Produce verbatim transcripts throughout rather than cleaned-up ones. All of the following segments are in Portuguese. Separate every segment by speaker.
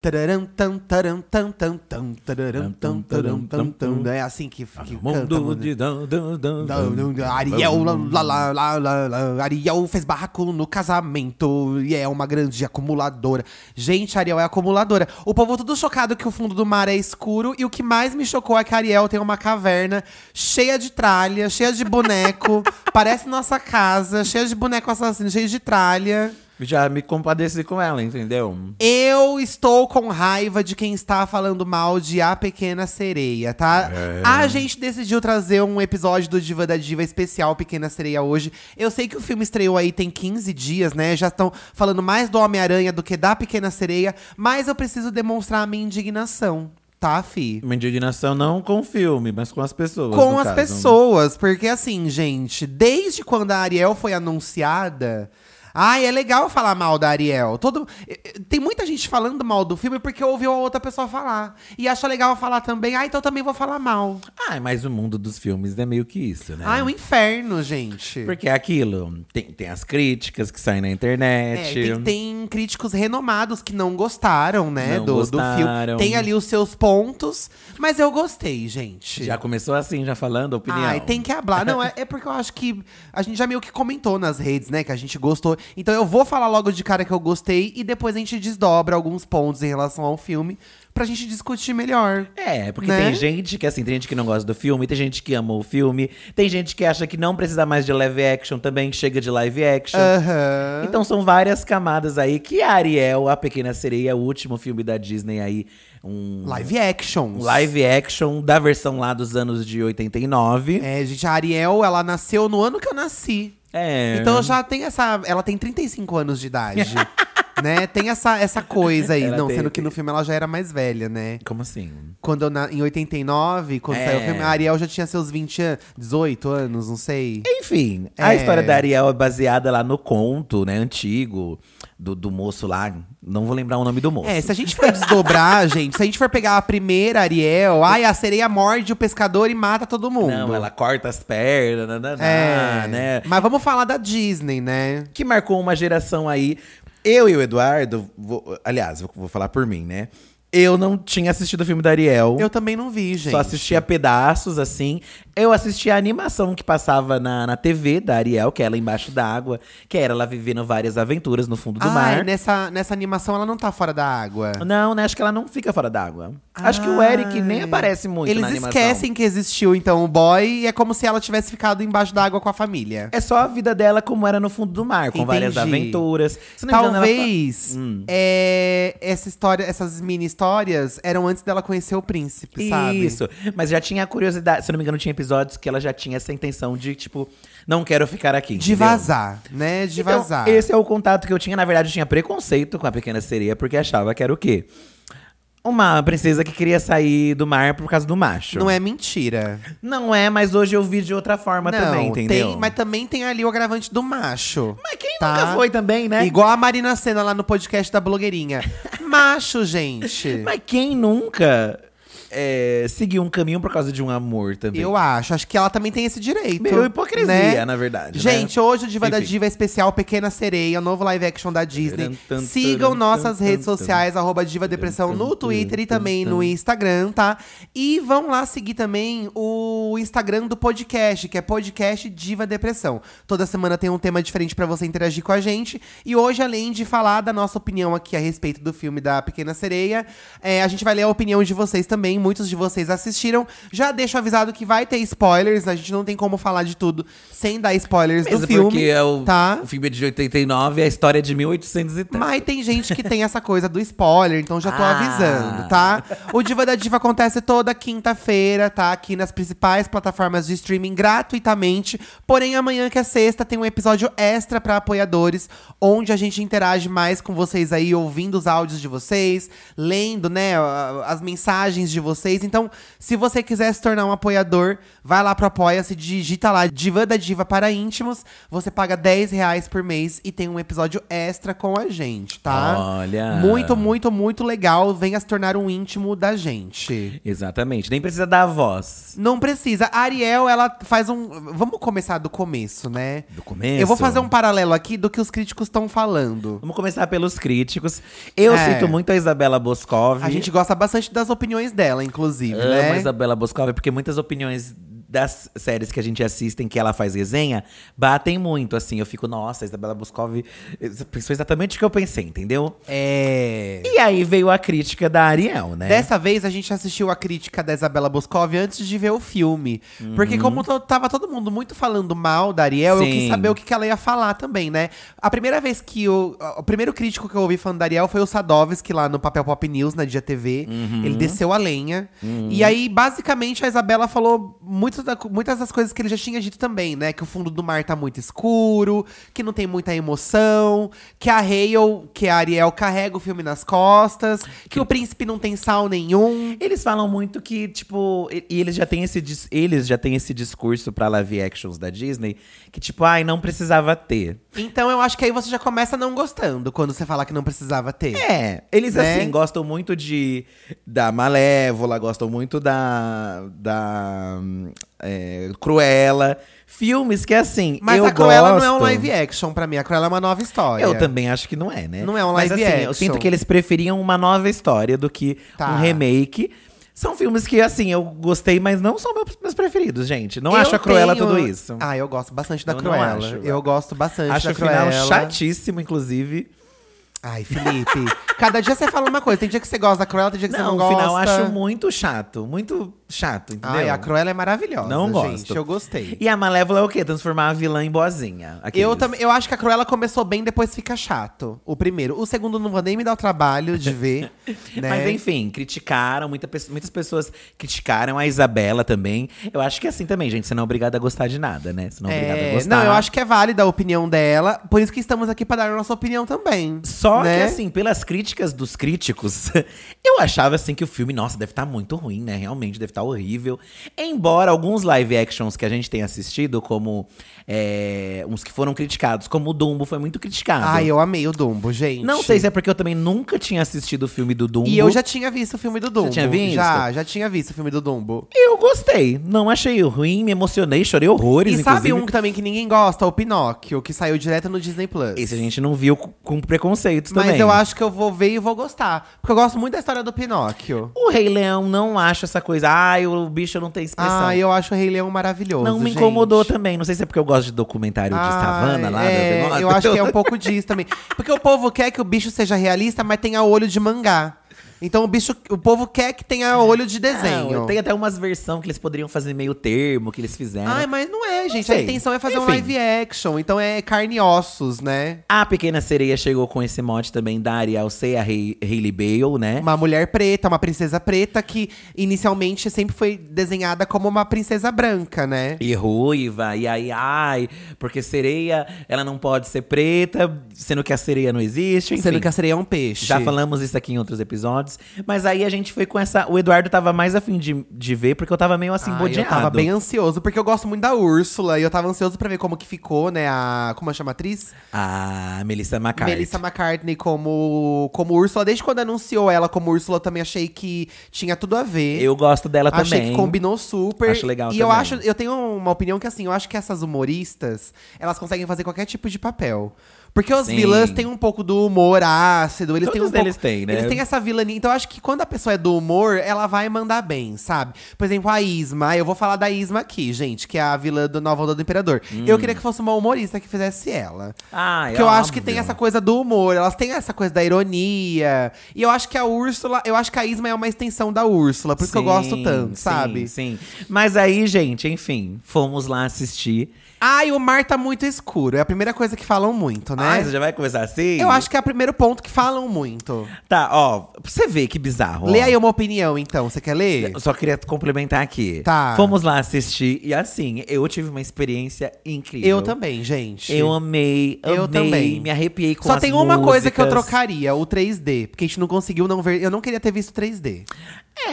Speaker 1: Tararam, tam, taram, tam, tam, tam, tararam, tam, taram, tam, tam. É assim que, que canta, mano. Ariel, lá, lá, lá, lá, lá. Ariel fez barraco no casamento e é uma grande acumuladora. Gente, Ariel é acumuladora. O povo tudo chocado que o fundo do mar é escuro. E o que mais me chocou é que a Ariel tem uma caverna cheia de tralha, cheia de boneco. Parece nossa casa, cheia de boneco assassino, cheia de tralha.
Speaker 2: Já me compadeci com ela, entendeu?
Speaker 1: Eu estou com raiva de quem está falando mal de A Pequena Sereia, tá?
Speaker 2: É.
Speaker 1: A gente decidiu trazer um episódio do Diva da Diva especial Pequena Sereia hoje. Eu sei que o filme estreou aí tem quinze dias, né? Já estão falando mais do Homem-Aranha do que da Pequena Sereia. Mas eu preciso demonstrar a minha indignação. Tá, fi?
Speaker 2: Uma indignação não com o filme, mas com as pessoas.
Speaker 1: Com as
Speaker 2: caso.
Speaker 1: pessoas. Porque assim, gente, desde quando a Ariel foi anunciada… Ai, é legal falar mal da Ariel. Todo... Tem muita gente falando mal do filme porque ouviu a outra pessoa falar. E acha legal falar também. Ah, então também vou falar mal.
Speaker 2: Ah, mas o mundo dos filmes é meio que isso, né?
Speaker 1: Ah, é um inferno, gente.
Speaker 2: Porque é aquilo. Tem, tem as críticas que saem na internet.
Speaker 1: É, tem, tem críticos renomados que não gostaram, né,
Speaker 2: Não
Speaker 1: do, do
Speaker 2: gostaram.
Speaker 1: filme. Tem ali os seus pontos, mas eu gostei, gente.
Speaker 2: Já começou assim, já falando a opinião.
Speaker 1: Ai, tem que hablar. Não, é, é porque eu acho que a gente já meio que comentou nas redes, né, que a gente gostou. Então eu vou falar logo de cara que eu gostei e depois a gente desdobra alguns pontos em relação ao filme pra gente discutir melhor.
Speaker 2: É, porque
Speaker 1: né?
Speaker 2: tem gente que, assim, tem gente que não gosta do filme, tem gente que ama o filme, tem gente que acha que não precisa mais de live action também, que chega de live action.
Speaker 1: Aham.
Speaker 2: Então são várias camadas aí que a Ariel, a Pequena Sereia, o último filme da Disney aí, um
Speaker 1: Live action.
Speaker 2: um live action da versão lá dos anos de oitenta e nove.
Speaker 1: É, gente, a Ariel, ela nasceu no ano que eu nasci.
Speaker 2: É.
Speaker 1: Então já tem essa… Ela tem trinta e cinco anos de idade. Né? Tem essa, essa coisa aí.
Speaker 2: Ela
Speaker 1: Não,
Speaker 2: tem-
Speaker 1: sendo que no filme ela já era mais velha, né?
Speaker 2: Como assim?
Speaker 1: Quando eu na- em oitenta e nove, quando
Speaker 2: É.
Speaker 1: saiu o filme, a Ariel já tinha seus vinte anos, dezoito anos, não sei.
Speaker 2: Enfim, a
Speaker 1: É.
Speaker 2: história da Ariel é baseada lá no conto, né, antigo, do, do moço lá. Não vou lembrar o nome do moço.
Speaker 1: É, se a gente for desdobrar, gente, se a gente for pegar a primeira Ariel, ai, a sereia morde o pescador e mata todo mundo.
Speaker 2: Não, ela corta as pernas, nananá,
Speaker 1: É,
Speaker 2: né?
Speaker 1: Mas vamos falar da Disney, né?
Speaker 2: Que marcou uma geração aí. Eu e o Eduardo, vou- aliás, vou, vou falar por mim, né? Eu não tinha assistido o filme da Ariel.
Speaker 1: Eu também não vi, gente.
Speaker 2: Só assistia pedaços, assim. Eu assisti a animação que passava na, na T V da Ariel, que é ela embaixo d'água. Que era ela vivendo várias aventuras no fundo do
Speaker 1: Ai,
Speaker 2: mar.
Speaker 1: nessa, nessa animação ela não tá fora da água.
Speaker 2: Não, né? Acho que ela não fica fora d'água. Acho que o Eric nem aparece muito
Speaker 1: Eles
Speaker 2: na animação.
Speaker 1: esquecem que existiu, então, o boy. E é como se ela tivesse ficado embaixo da água com a família.
Speaker 2: É só a vida dela como era no fundo do mar, com várias
Speaker 1: Entendi.
Speaker 2: aventuras. Se não me engano, ela
Speaker 1: Talvez
Speaker 2: fa- Hum.
Speaker 1: é, essa história, essas mini histórias eram antes dela conhecer o príncipe, sabe?
Speaker 2: Isso, mas já tinha a curiosidade. Se eu não me engano, tinha episódios que ela já tinha essa intenção de, tipo, não quero ficar aqui.
Speaker 1: De
Speaker 2: entendeu?
Speaker 1: vazar, né? De
Speaker 2: Então,
Speaker 1: vazar.
Speaker 2: esse é o contato que eu tinha. Na verdade, eu tinha preconceito com a Pequena Sereia, porque achava que era o quê? Uma princesa que queria sair do mar por causa do macho.
Speaker 1: Não é mentira.
Speaker 2: Não é, mas hoje eu vi de outra forma
Speaker 1: não,
Speaker 2: também, entendeu?
Speaker 1: tem, mas também tem ali o agravante do macho.
Speaker 2: Mas quem
Speaker 1: tá?
Speaker 2: nunca foi também, né?
Speaker 1: Igual a Marina Sena lá no podcast da blogueirinha. Macho, gente.
Speaker 2: Mas quem nunca é, seguiu um caminho por causa de um amor também?
Speaker 1: Eu acho. Acho que ela também tem esse direito.
Speaker 2: Meio hipocrisia,
Speaker 1: né?
Speaker 2: na verdade.
Speaker 1: Gente,
Speaker 2: né?
Speaker 1: hoje o Diva da
Speaker 2: Enfim.
Speaker 1: Diva é especial Pequena Sereia, novo live action da Disney.
Speaker 2: Tan, tan,
Speaker 1: Sigam
Speaker 2: tan,
Speaker 1: nossas
Speaker 2: tan,
Speaker 1: redes
Speaker 2: tan,
Speaker 1: sociais, arroba Diva Depressão
Speaker 2: tan,
Speaker 1: no
Speaker 2: tan,
Speaker 1: Twitter e
Speaker 2: tan,
Speaker 1: também
Speaker 2: tan.
Speaker 1: no Instagram, tá? E vão lá seguir também o Instagram do podcast, que é podcast Diva Depressão. Toda semana tem um tema diferente pra você interagir com a gente. E hoje, além de falar da nossa opinião aqui a respeito do filme da Pequena Sereia, é, a gente vai ler a opinião de vocês também. Muitos de vocês assistiram. Já deixo avisado que vai ter spoilers. A gente não tem como falar de tudo sem dar spoilers
Speaker 2: Mesmo
Speaker 1: do filme.
Speaker 2: porque é o,
Speaker 1: tá?
Speaker 2: o filme é de oitenta e nove e a história é de mil e oitocentos e tanto.
Speaker 1: Mas tem gente que tem essa coisa do spoiler, então já tô
Speaker 2: Ah.
Speaker 1: avisando, tá? O Diva da Diva acontece toda quinta-feira, tá? Aqui nas principais plataformas de streaming gratuitamente. Porém, amanhã, que é sexta, tem um episódio extra pra apoiadores, onde a gente interage mais com vocês aí, ouvindo os áudios de vocês, lendo, né, a- as mensagens de vocês. Então, se você quiser se tornar um apoiador, vai lá pro Apoia-se, digita lá Divã da Diva para íntimos. Você paga dez reais por mês e tem um episódio extra com a gente, tá?
Speaker 2: Olha!
Speaker 1: Muito, muito, muito legal. Venha se tornar um íntimo da gente.
Speaker 2: Exatamente. Nem precisa dar a voz.
Speaker 1: Não precisa. A Ariel, ela faz um… Vamos começar do começo, né?
Speaker 2: Do começo?
Speaker 1: Eu vou fazer um paralelo aqui do que os críticos estão falando.
Speaker 2: Vamos começar pelos críticos. Eu
Speaker 1: É.
Speaker 2: cito muito a Isabela Boscov.
Speaker 1: A gente gosta bastante das opiniões dela, inclusive,
Speaker 2: Amo
Speaker 1: né?
Speaker 2: a Isabela Boscov, porque muitas opiniões das séries que a gente assiste, em que ela faz resenha, batem muito, assim. Eu fico, nossa, a Isabela Boscov pensou exatamente o que eu pensei, entendeu?
Speaker 1: É…
Speaker 2: E aí veio a crítica da Ariel, né?
Speaker 1: Dessa vez, a gente assistiu a crítica da Isabela Boscov antes de ver o filme. Porque como to- tava todo mundo muito falando mal da Ariel, eu
Speaker 2: Sim.
Speaker 1: quis saber o que, que ela ia falar também, né? A primeira vez que o… O primeiro crítico que eu ouvi falando da Ariel foi o Sadovski, lá no Papel Pop News, na Dia T V. Ele desceu a lenha. E aí, basicamente, a Isabela falou muito da- muitas das coisas que ele já tinha dito também, né? Que o fundo do mar tá muito escuro, que não tem muita emoção, que a Hale, que a Ariel carrega o filme nas costas, que o príncipe não tem sal nenhum.
Speaker 2: Eles falam muito que, tipo, e, e eles já têm esse, dis- eles já têm esse discurso pra live actions da Disney, que tipo, ai, não precisava ter.
Speaker 1: Então eu acho que aí você já começa não gostando quando você fala que não precisava ter.
Speaker 2: É, eles
Speaker 1: Né?
Speaker 2: assim, gostam muito de da Malévola, gostam muito da, da hum, é, Cruella. Filmes que, assim,
Speaker 1: Mas
Speaker 2: eu
Speaker 1: a Cruella
Speaker 2: gosto.
Speaker 1: não é um live action pra mim, a Cruella é uma nova história.
Speaker 2: Eu também acho que não é, né?
Speaker 1: Não é um
Speaker 2: Mas,
Speaker 1: live
Speaker 2: assim,
Speaker 1: action.
Speaker 2: eu sinto que eles preferiam uma nova história do que
Speaker 1: Tá.
Speaker 2: um remake. São filmes que, assim, eu gostei, mas não são meus, meus preferidos, gente. Não
Speaker 1: Eu
Speaker 2: acho a Cruella
Speaker 1: tenho-
Speaker 2: tudo isso.
Speaker 1: Ah, eu gosto bastante da
Speaker 2: Eu não
Speaker 1: Cruella.
Speaker 2: acho.
Speaker 1: Eu gosto bastante
Speaker 2: Acho
Speaker 1: da
Speaker 2: o final
Speaker 1: Cruella.
Speaker 2: chatíssimo, inclusive.
Speaker 1: Ai, Felipe, cada dia você fala uma coisa. Tem dia que você gosta da Cruella, tem dia que
Speaker 2: Não,
Speaker 1: você não
Speaker 2: o
Speaker 1: gosta.
Speaker 2: final eu acho muito chato. Muito chato, entendeu?
Speaker 1: Ai, a Cruella é maravilhosa,
Speaker 2: Não
Speaker 1: gente.
Speaker 2: gosto.
Speaker 1: Eu gostei.
Speaker 2: E a Malévola é o quê? Transformar a vilã em boazinha.
Speaker 1: Eu,
Speaker 2: Aqueles.
Speaker 1: também, eu acho que a Cruella começou bem, depois fica chato. O primeiro. O segundo não vou nem me dar o trabalho de ver. né?
Speaker 2: Mas enfim, criticaram, muita, pe- muitas pessoas criticaram a Isabela também. Eu acho que é assim também, gente. Você não é obrigado a gostar de nada, né? Você não é obrigado a
Speaker 1: É,
Speaker 2: gostar.
Speaker 1: não, eu acho que é válida a opinião dela. Por isso que estamos aqui pra dar a nossa opinião também.
Speaker 2: Só
Speaker 1: né?
Speaker 2: que, assim, pelas críticas dos críticos, eu achava, assim, que o filme, nossa, deve estar muito ruim, né? Realmente, deve estar horrível. Embora alguns live actions que a gente tenha assistido, como é, uns que foram criticados, como o Dumbo, foi muito criticado.
Speaker 1: Ai, eu amei o Dumbo, gente.
Speaker 2: Não sei se é porque eu também nunca tinha assistido o filme do Dumbo.
Speaker 1: E eu já tinha visto o filme do Dumbo.
Speaker 2: tinha visto?
Speaker 1: Já, já tinha visto o filme do Dumbo.
Speaker 2: Eu gostei. Não achei ruim, me emocionei, chorei horrores,
Speaker 1: E sabe
Speaker 2: inclusive.
Speaker 1: um também que ninguém gosta? O Pinóquio, que saiu direto no Disney Plus.
Speaker 2: Esse a gente não viu com com preconceitos
Speaker 1: Mas
Speaker 2: também.
Speaker 1: eu acho que eu vou ver e vou gostar. Porque eu gosto muito da história do Pinóquio.
Speaker 2: O Rei Leão não acho essa coisa. Ai, o bicho não tem expressão.
Speaker 1: Ah, eu acho o Rei Leão maravilhoso.
Speaker 2: Não me
Speaker 1: gente.
Speaker 2: incomodou também. Não sei se é porque eu gosto de documentário de
Speaker 1: Ah,
Speaker 2: savana lá.
Speaker 1: é,
Speaker 2: do negócio.
Speaker 1: eu acho que é um pouco disso também. Porque o povo quer que o bicho seja realista, mas tenha olho de mangá. Então o bicho, o povo quer que tenha olho de desenho.
Speaker 2: Não, tem até umas versões que eles poderiam fazer meio termo, que eles fizeram.
Speaker 1: Ai, mas não é, gente.
Speaker 2: sei.
Speaker 1: A intenção é fazer um
Speaker 2: Enfim.
Speaker 1: live action. Então é carne e ossos, né?
Speaker 2: A Pequena Sereia chegou com esse mote também da Ariel ser a Hay- Hailey Bale, né?
Speaker 1: Uma mulher preta, uma princesa preta que inicialmente sempre foi desenhada como uma princesa branca, né?
Speaker 2: E ruiva, e aí, ai, porque sereia, ela não pode ser preta, sendo que a sereia não existe, enfim.
Speaker 1: Sendo que a sereia é um peixe.
Speaker 2: Já falamos isso aqui em outros episódios. Mas aí a gente foi com essa. O Eduardo tava mais afim de, de ver, porque eu tava meio assim,
Speaker 1: Ai,
Speaker 2: bodeado.
Speaker 1: eu tava bem ansioso, porque eu gosto muito da Úrsula. E eu tava ansioso pra ver como que ficou, né? A… Como chama a atriz?
Speaker 2: A Melissa McCarthy.
Speaker 1: Melissa McCartney como, como Úrsula. Desde quando anunciou ela como Úrsula, eu também achei que tinha tudo a ver.
Speaker 2: Eu gosto dela
Speaker 1: Achei
Speaker 2: também.
Speaker 1: que combinou super.
Speaker 2: Acho legal
Speaker 1: E eu
Speaker 2: também.
Speaker 1: acho, eu tenho uma opinião que assim, eu acho que essas humoristas, elas conseguem fazer qualquer tipo de papel. Porque os
Speaker 2: Sim.
Speaker 1: vilãs têm um pouco do humor ácido, eles têm um
Speaker 2: Todos eles
Speaker 1: pouco,
Speaker 2: têm, né?
Speaker 1: Eles têm essa vilania. Então eu acho que quando a pessoa é do humor, ela vai mandar bem, sabe? Por exemplo, a Isma. Eu vou falar da Isma aqui, gente, que é a vilã do Nova Onda do Imperador. Eu queria que fosse uma humorista que fizesse ela.
Speaker 2: Ah,
Speaker 1: Porque eu acho que tem essa coisa do humor, elas têm essa coisa da ironia. E eu acho que a Úrsula, eu acho que a Isma é uma extensão da Úrsula, por isso que eu gosto tanto,
Speaker 2: sim,
Speaker 1: sabe?
Speaker 2: Sim. Mas aí, gente, enfim, fomos lá assistir.
Speaker 1: Ai, o mar tá muito escuro. É a primeira coisa que falam muito, né?
Speaker 2: Ah, você já vai começar assim?
Speaker 1: Eu acho que é o primeiro ponto que falam muito.
Speaker 2: Tá, ó, pra você ver que bizarro.
Speaker 1: Lê
Speaker 2: ó.
Speaker 1: aí uma opinião, então. Você quer ler?
Speaker 2: Eu só queria complementar aqui.
Speaker 1: Tá.
Speaker 2: Fomos lá assistir e assim, eu tive uma experiência incrível.
Speaker 1: Eu também, gente.
Speaker 2: Eu amei, amei,
Speaker 1: Eu também.
Speaker 2: me arrepiei com
Speaker 1: Só
Speaker 2: as
Speaker 1: tem uma coisa que eu
Speaker 2: músicas.
Speaker 1: trocaria, o três D. Porque a gente não conseguiu não ver. Eu não queria ter visto três D.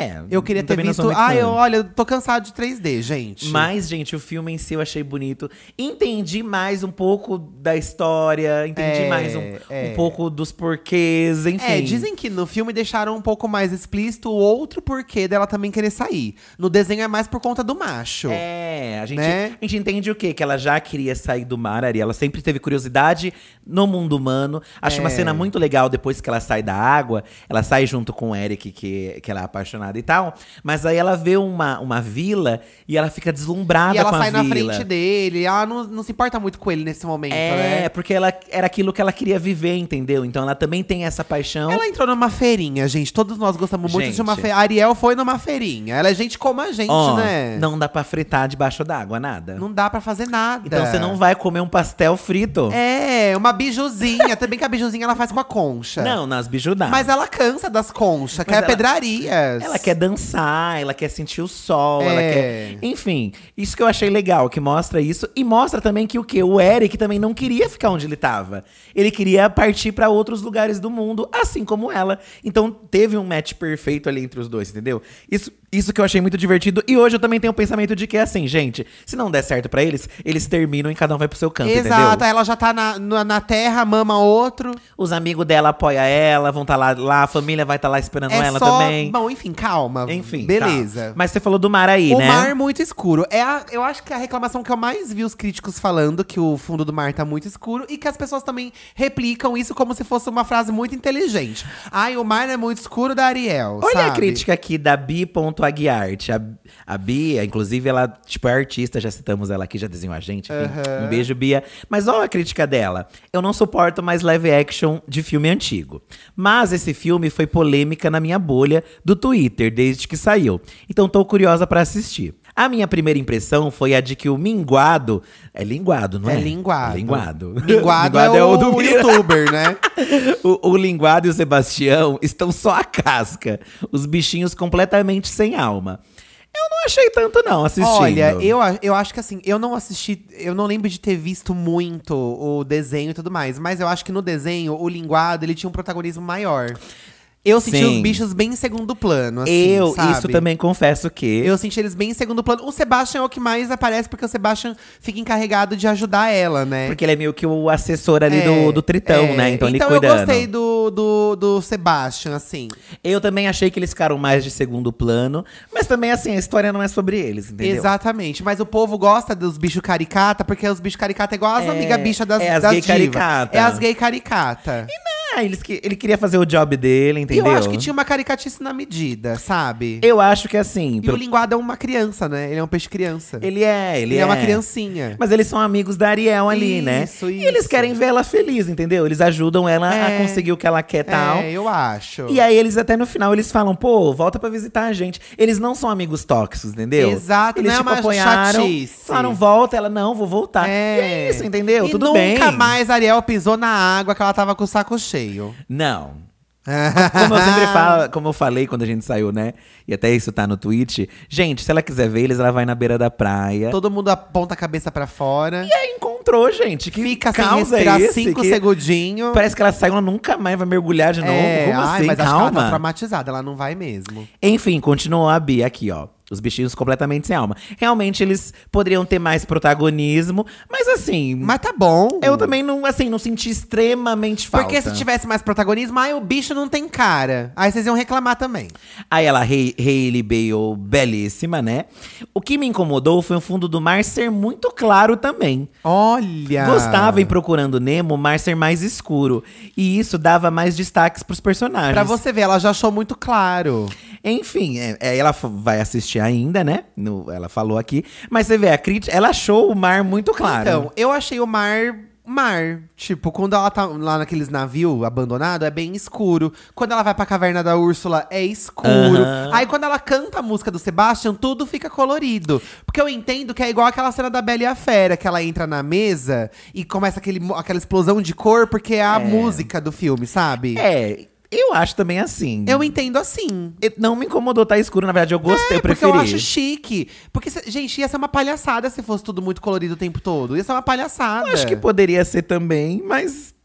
Speaker 2: É.
Speaker 1: Eu queria ter
Speaker 2: também não sou
Speaker 1: visto.
Speaker 2: muito
Speaker 1: Ah,
Speaker 2: fã.
Speaker 1: eu, olha, eu tô cansado de três D, gente.
Speaker 2: Mas, gente, o filme em si eu achei bonito. Entendi mais um pouco da história, entendi
Speaker 1: É,
Speaker 2: mais um,
Speaker 1: é.
Speaker 2: um pouco dos porquês, enfim.
Speaker 1: É, dizem que no filme deixaram um pouco mais explícito o outro porquê dela também querer sair. No desenho é mais por conta do macho.
Speaker 2: É, a gente,
Speaker 1: Né?
Speaker 2: a gente entende o quê? Que ela já queria sair do mar, Ari. Ela sempre teve curiosidade no mundo humano. Acho
Speaker 1: É.
Speaker 2: uma cena muito legal depois que ela sai da água. Ela sai junto com o Eric, que, que ela é apaixonada e tal. Mas aí ela vê uma, uma vila e ela fica deslumbrada
Speaker 1: E ela
Speaker 2: com a
Speaker 1: sai na
Speaker 2: vila.
Speaker 1: frente dele. Ela não, não se importa muito com ele nesse momento,
Speaker 2: É,
Speaker 1: né?
Speaker 2: porque ela era aquilo que ela queria viver, entendeu? Então ela também tem essa paixão.
Speaker 1: Ela entrou numa feirinha, gente. Todos nós gostamos muito
Speaker 2: Gente.
Speaker 1: de uma feirinha. Ariel foi numa feirinha. Ela é gente como a gente,
Speaker 2: Ó,
Speaker 1: né?
Speaker 2: não dá pra fritar debaixo d'água, nada.
Speaker 1: Não dá pra fazer nada.
Speaker 2: Então você não vai comer um pastel frito.
Speaker 1: É, uma bijuzinha. Também que a bijuzinha ela faz com a concha.
Speaker 2: Não, nas biju dá.
Speaker 1: Mas ela cansa das conchas, quer
Speaker 2: ela-
Speaker 1: pedrarias.
Speaker 2: Ela quer dançar, ela quer sentir o sol, ela
Speaker 1: É.
Speaker 2: quer. Enfim, isso que eu achei legal, que mostra isso. E mostra também que o quê? O Eric também não queria ficar onde ele tava. Ele queria partir pra outros lugares do mundo, assim como ela. Então teve um match perfeito ali entre os dois, entendeu? Isso, isso que eu achei muito divertido. E hoje eu também tenho o pensamento de que é assim, gente, se não der certo pra eles, eles terminam e cada um vai pro seu canto,
Speaker 1: Exato,
Speaker 2: entendeu?
Speaker 1: ela já tá na, na, na terra, mama outro.
Speaker 2: Os amigos dela apoiam ela, vão estar lá, lá, a família vai estar lá esperando
Speaker 1: É
Speaker 2: ela
Speaker 1: só.
Speaker 2: também.
Speaker 1: Bom, enfim, calma.
Speaker 2: Enfim,
Speaker 1: Beleza.
Speaker 2: tá. Mas você falou do mar aí,
Speaker 1: O
Speaker 2: né?
Speaker 1: mar muito escuro. É a- eu acho que é a reclamação que eu mais vi os críticos falando, que o fundo do mar tá muito escuro. E que as pessoas também replicam isso como se fosse uma frase muito inteligente. Ai, o mar é muito escuro da Ariel,
Speaker 2: Olha
Speaker 1: sabe?
Speaker 2: a crítica aqui da Bi.aguiarte. A, a Bia, inclusive, ela tipo, é artista, já citamos ela aqui, já desenhou a gente. Enfim,
Speaker 1: Aham.
Speaker 2: um beijo, Bia. Mas olha a crítica dela. Eu não suporto mais live action de filme antigo. Mas esse filme foi polêmica na minha bolha do Twitter, desde que saiu. Então tô curiosa pra assistir. A minha primeira impressão foi a de que o Minguado… É linguado, não é?
Speaker 1: É linguado.
Speaker 2: Linguado.
Speaker 1: Linguado é, o,
Speaker 2: do
Speaker 1: youtuber, né?
Speaker 2: O, o Linguado e o Sebastião estão só a casca. Os bichinhos completamente sem alma. Eu não achei tanto, não, assistindo.
Speaker 1: Olha, eu, a- eu acho que assim, eu não assisti, eu não lembro de ter visto muito o desenho e tudo mais, mas eu acho que no desenho, o linguado, ele tinha um protagonismo maior. Eu senti
Speaker 2: Sim.
Speaker 1: os bichos bem em segundo plano, assim,
Speaker 2: Eu,
Speaker 1: sabe?
Speaker 2: isso também confesso que…
Speaker 1: Eu senti eles bem em segundo plano. O Sebastian é o que mais aparece, porque o Sebastian fica encarregado de ajudar ela, né?
Speaker 2: Porque ele é meio que o assessor ali
Speaker 1: É,
Speaker 2: do, do Tritão,
Speaker 1: é.
Speaker 2: né? Então, ele
Speaker 1: eu
Speaker 2: cuidando.
Speaker 1: gostei do, do, do Sebastian, assim.
Speaker 2: Eu também achei que eles ficaram mais de segundo plano. Mas também, assim, a história não é sobre eles, entendeu?
Speaker 1: Exatamente. Mas o povo gosta dos bichos caricata, porque os bichos caricata é igual as
Speaker 2: É,
Speaker 1: amigas bichas das,
Speaker 2: é as
Speaker 1: das
Speaker 2: gay
Speaker 1: divas.
Speaker 2: caricata.
Speaker 1: É as gay caricata.
Speaker 2: Ah, eles, que- ele queria fazer o job dele,
Speaker 1: E
Speaker 2: entendeu?
Speaker 1: eu acho que tinha uma caricatice na medida, sabe?
Speaker 2: Eu acho que, assim…
Speaker 1: E
Speaker 2: pelo-
Speaker 1: o linguado é uma criança, né? Ele é um peixe criança.
Speaker 2: Ele é, ele,
Speaker 1: Ele é uma criancinha.
Speaker 2: Mas eles são amigos da Ariel ali, né?
Speaker 1: Isso,
Speaker 2: E eles
Speaker 1: isso.
Speaker 2: querem ver ela feliz, entendeu? Eles ajudam ela
Speaker 1: É.
Speaker 2: a conseguir o que ela quer e tal.
Speaker 1: É, eu acho.
Speaker 2: E aí eles até no final eles falam, pô, volta pra visitar a gente. Eles não são amigos tóxicos, entendeu?
Speaker 1: Exato,
Speaker 2: eles
Speaker 1: não é
Speaker 2: tipo
Speaker 1: uma
Speaker 2: apoiaram,
Speaker 1: chatice.
Speaker 2: falaram, volta, ela não, vou voltar.
Speaker 1: É.
Speaker 2: E é isso, entendeu?
Speaker 1: E
Speaker 2: Tudo
Speaker 1: nunca
Speaker 2: bem.
Speaker 1: mais a Ariel pisou na água que ela tava com o saco cheio.
Speaker 2: Não. Como eu sempre falo, como eu falei quando a gente saiu, né? E até isso tá no tweet. Gente, se ela quiser ver eles, ela vai na beira da praia.
Speaker 1: Todo mundo aponta a cabeça pra fora.
Speaker 2: E aí encontrou, gente. Que
Speaker 1: Fica sem
Speaker 2: caos é
Speaker 1: respirar
Speaker 2: esse?
Speaker 1: cinco
Speaker 2: Que
Speaker 1: segundinhos.
Speaker 2: Parece que ela saiu, ela nunca mais vai mergulhar de novo.
Speaker 1: É,
Speaker 2: Como
Speaker 1: ai,
Speaker 2: assim?
Speaker 1: mas acho que ela tá
Speaker 2: Calma.
Speaker 1: traumatizada, ela não vai mesmo.
Speaker 2: Enfim, continuou a Bia aqui, ó. Os bichinhos completamente sem alma. Realmente, eles poderiam ter mais protagonismo. Mas assim…
Speaker 1: Mas tá bom.
Speaker 2: eu também não, assim, não senti extremamente falta.
Speaker 1: Porque se tivesse mais protagonismo, ai, o bicho não tem cara. Aí vocês iam reclamar também.
Speaker 2: Aí ela, Hay- Hailey Bale, belíssima, né? O que me incomodou foi o fundo do mar ser muito claro também.
Speaker 1: Olha!
Speaker 2: Gostava em Procurando Nemo, o mar ser mais escuro. E isso dava mais destaques pros personagens.
Speaker 1: Pra você ver, ela já achou muito claro.
Speaker 2: Enfim, é, é, ela f- vai assistir ainda, né? No- ela falou aqui. Mas você vê, a crítica, ela achou o mar muito claro.
Speaker 1: Então, eu achei o mar… Mar. Tipo, quando ela tá lá naqueles navios abandonados, é bem escuro. Quando ela vai pra caverna da Úrsula, é escuro.
Speaker 2: Aham.
Speaker 1: Aí quando ela canta a música do Sebastian, tudo fica colorido. Porque eu entendo que é igual aquela cena da Bela e a Fera, que ela entra na mesa e começa aquele, mo- aquela explosão de cor, porque é a música do filme, sabe?
Speaker 2: É, eu acho também assim.
Speaker 1: Eu entendo assim.
Speaker 2: E não me incomodou tá escuro, na verdade, eu gostei,
Speaker 1: É,
Speaker 2: eu
Speaker 1: porque
Speaker 2: preferi.
Speaker 1: eu acho chique. Porque, se- gente, ia ser uma palhaçada se fosse tudo muito colorido o tempo todo. Ia ser uma palhaçada.
Speaker 2: Acho que poderia ser também, mas…